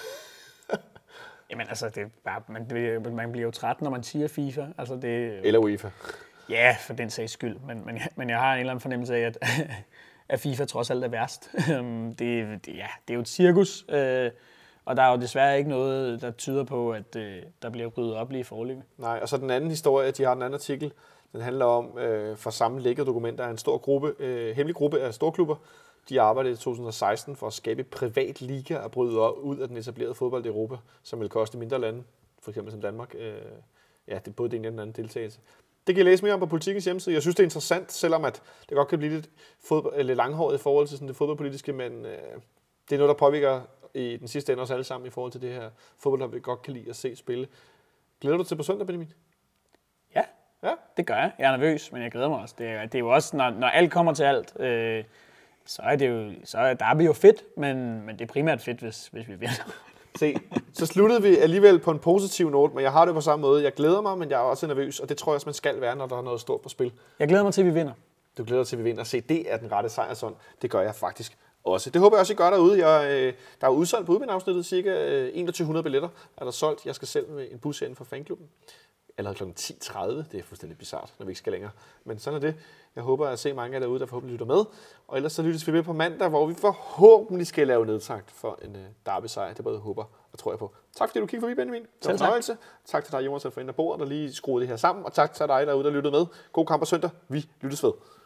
Jamen altså, det er bare, man, man bliver jo træt, når man siger FIFA. Altså, det, Eller UEFA. Ja, for den sags skyld. Men, men, men jeg har en eller anden fornemmelse af, at, at FIFA trods alt er værst. det, det, ja, det er jo et cirkus, øh, og der er jo desværre ikke noget, der tyder på, at øh, der bliver ryddet op lige i forløbet. Nej, og så den anden historie, de har den anden artikel, den handler om, øh, for samme lækkede dokumenter, er en stor gruppe, øh, hemmelig gruppe af storklubber. De arbejdede i to tusind og seksten for at skabe et privat liga og bryde ud af den etablerede fodbold i Europa, som vil koste mindre lande, for eksempel som Danmark. Øh, ja, det er både det ene og den anden deltagelse. Det kan I læse mere om på Politikens hjemmeside. Jeg synes, det er interessant, selvom at det godt kan blive lidt, fodbold, lidt langhåret i forhold til sådan det fodboldpolitiske, men øh, det er noget, der påvirker i den sidste ende os alle sammen i forhold til det her fodbold, der vi godt kan lide at se spille. Glæder du til på søndag, Benjamin? Ja, ja, det gør jeg. Jeg er nervøs, men jeg glæder mig også. Det er, det er jo også, når, når alt kommer til alt, øh, så er det jo, så er, der er vi jo fedt, men, men det er primært fedt, hvis, hvis vi vinder. Se, så sluttede vi alligevel på en positiv note, men jeg har det på samme måde. Jeg glæder mig, men jeg er også nervøs, og det tror jeg også, man skal være, når der er noget stort på spil. Jeg glæder mig til, at vi vinder. Du glæder dig til, at vi vinder. Se, det er den rette sejrsånd. Det gør jeg faktisk også. Det håber jeg også, I gør derude. Jeg, øh, der er udsolgt på udbindafsnittet. Cirka øh, enogtyve hundrede billetter er der solgt. Jeg skal selv med en bus inden for fanklubben. Allerede klokken ti tredive. Det er fuldstændig bizart, når vi ikke skal længere. Men sådan er det. Jeg håber at se mange af derude, der forhåbentlig lytter med. Og ellers så lyttes vi med på mandag, hvor vi forhåbentlig skal lave nedtakt for en øh, derby-sejr. Det både håber og tror jeg på. Tak fordi du kiggede forbi, Benjamin. Det var en fornøjelse. Tak til dig, Jonas, for enden af bordet, der lige skruede det her sammen. Og tak til dig derude, der lyttede med. God kamp på søndag. Vi lyttes ved.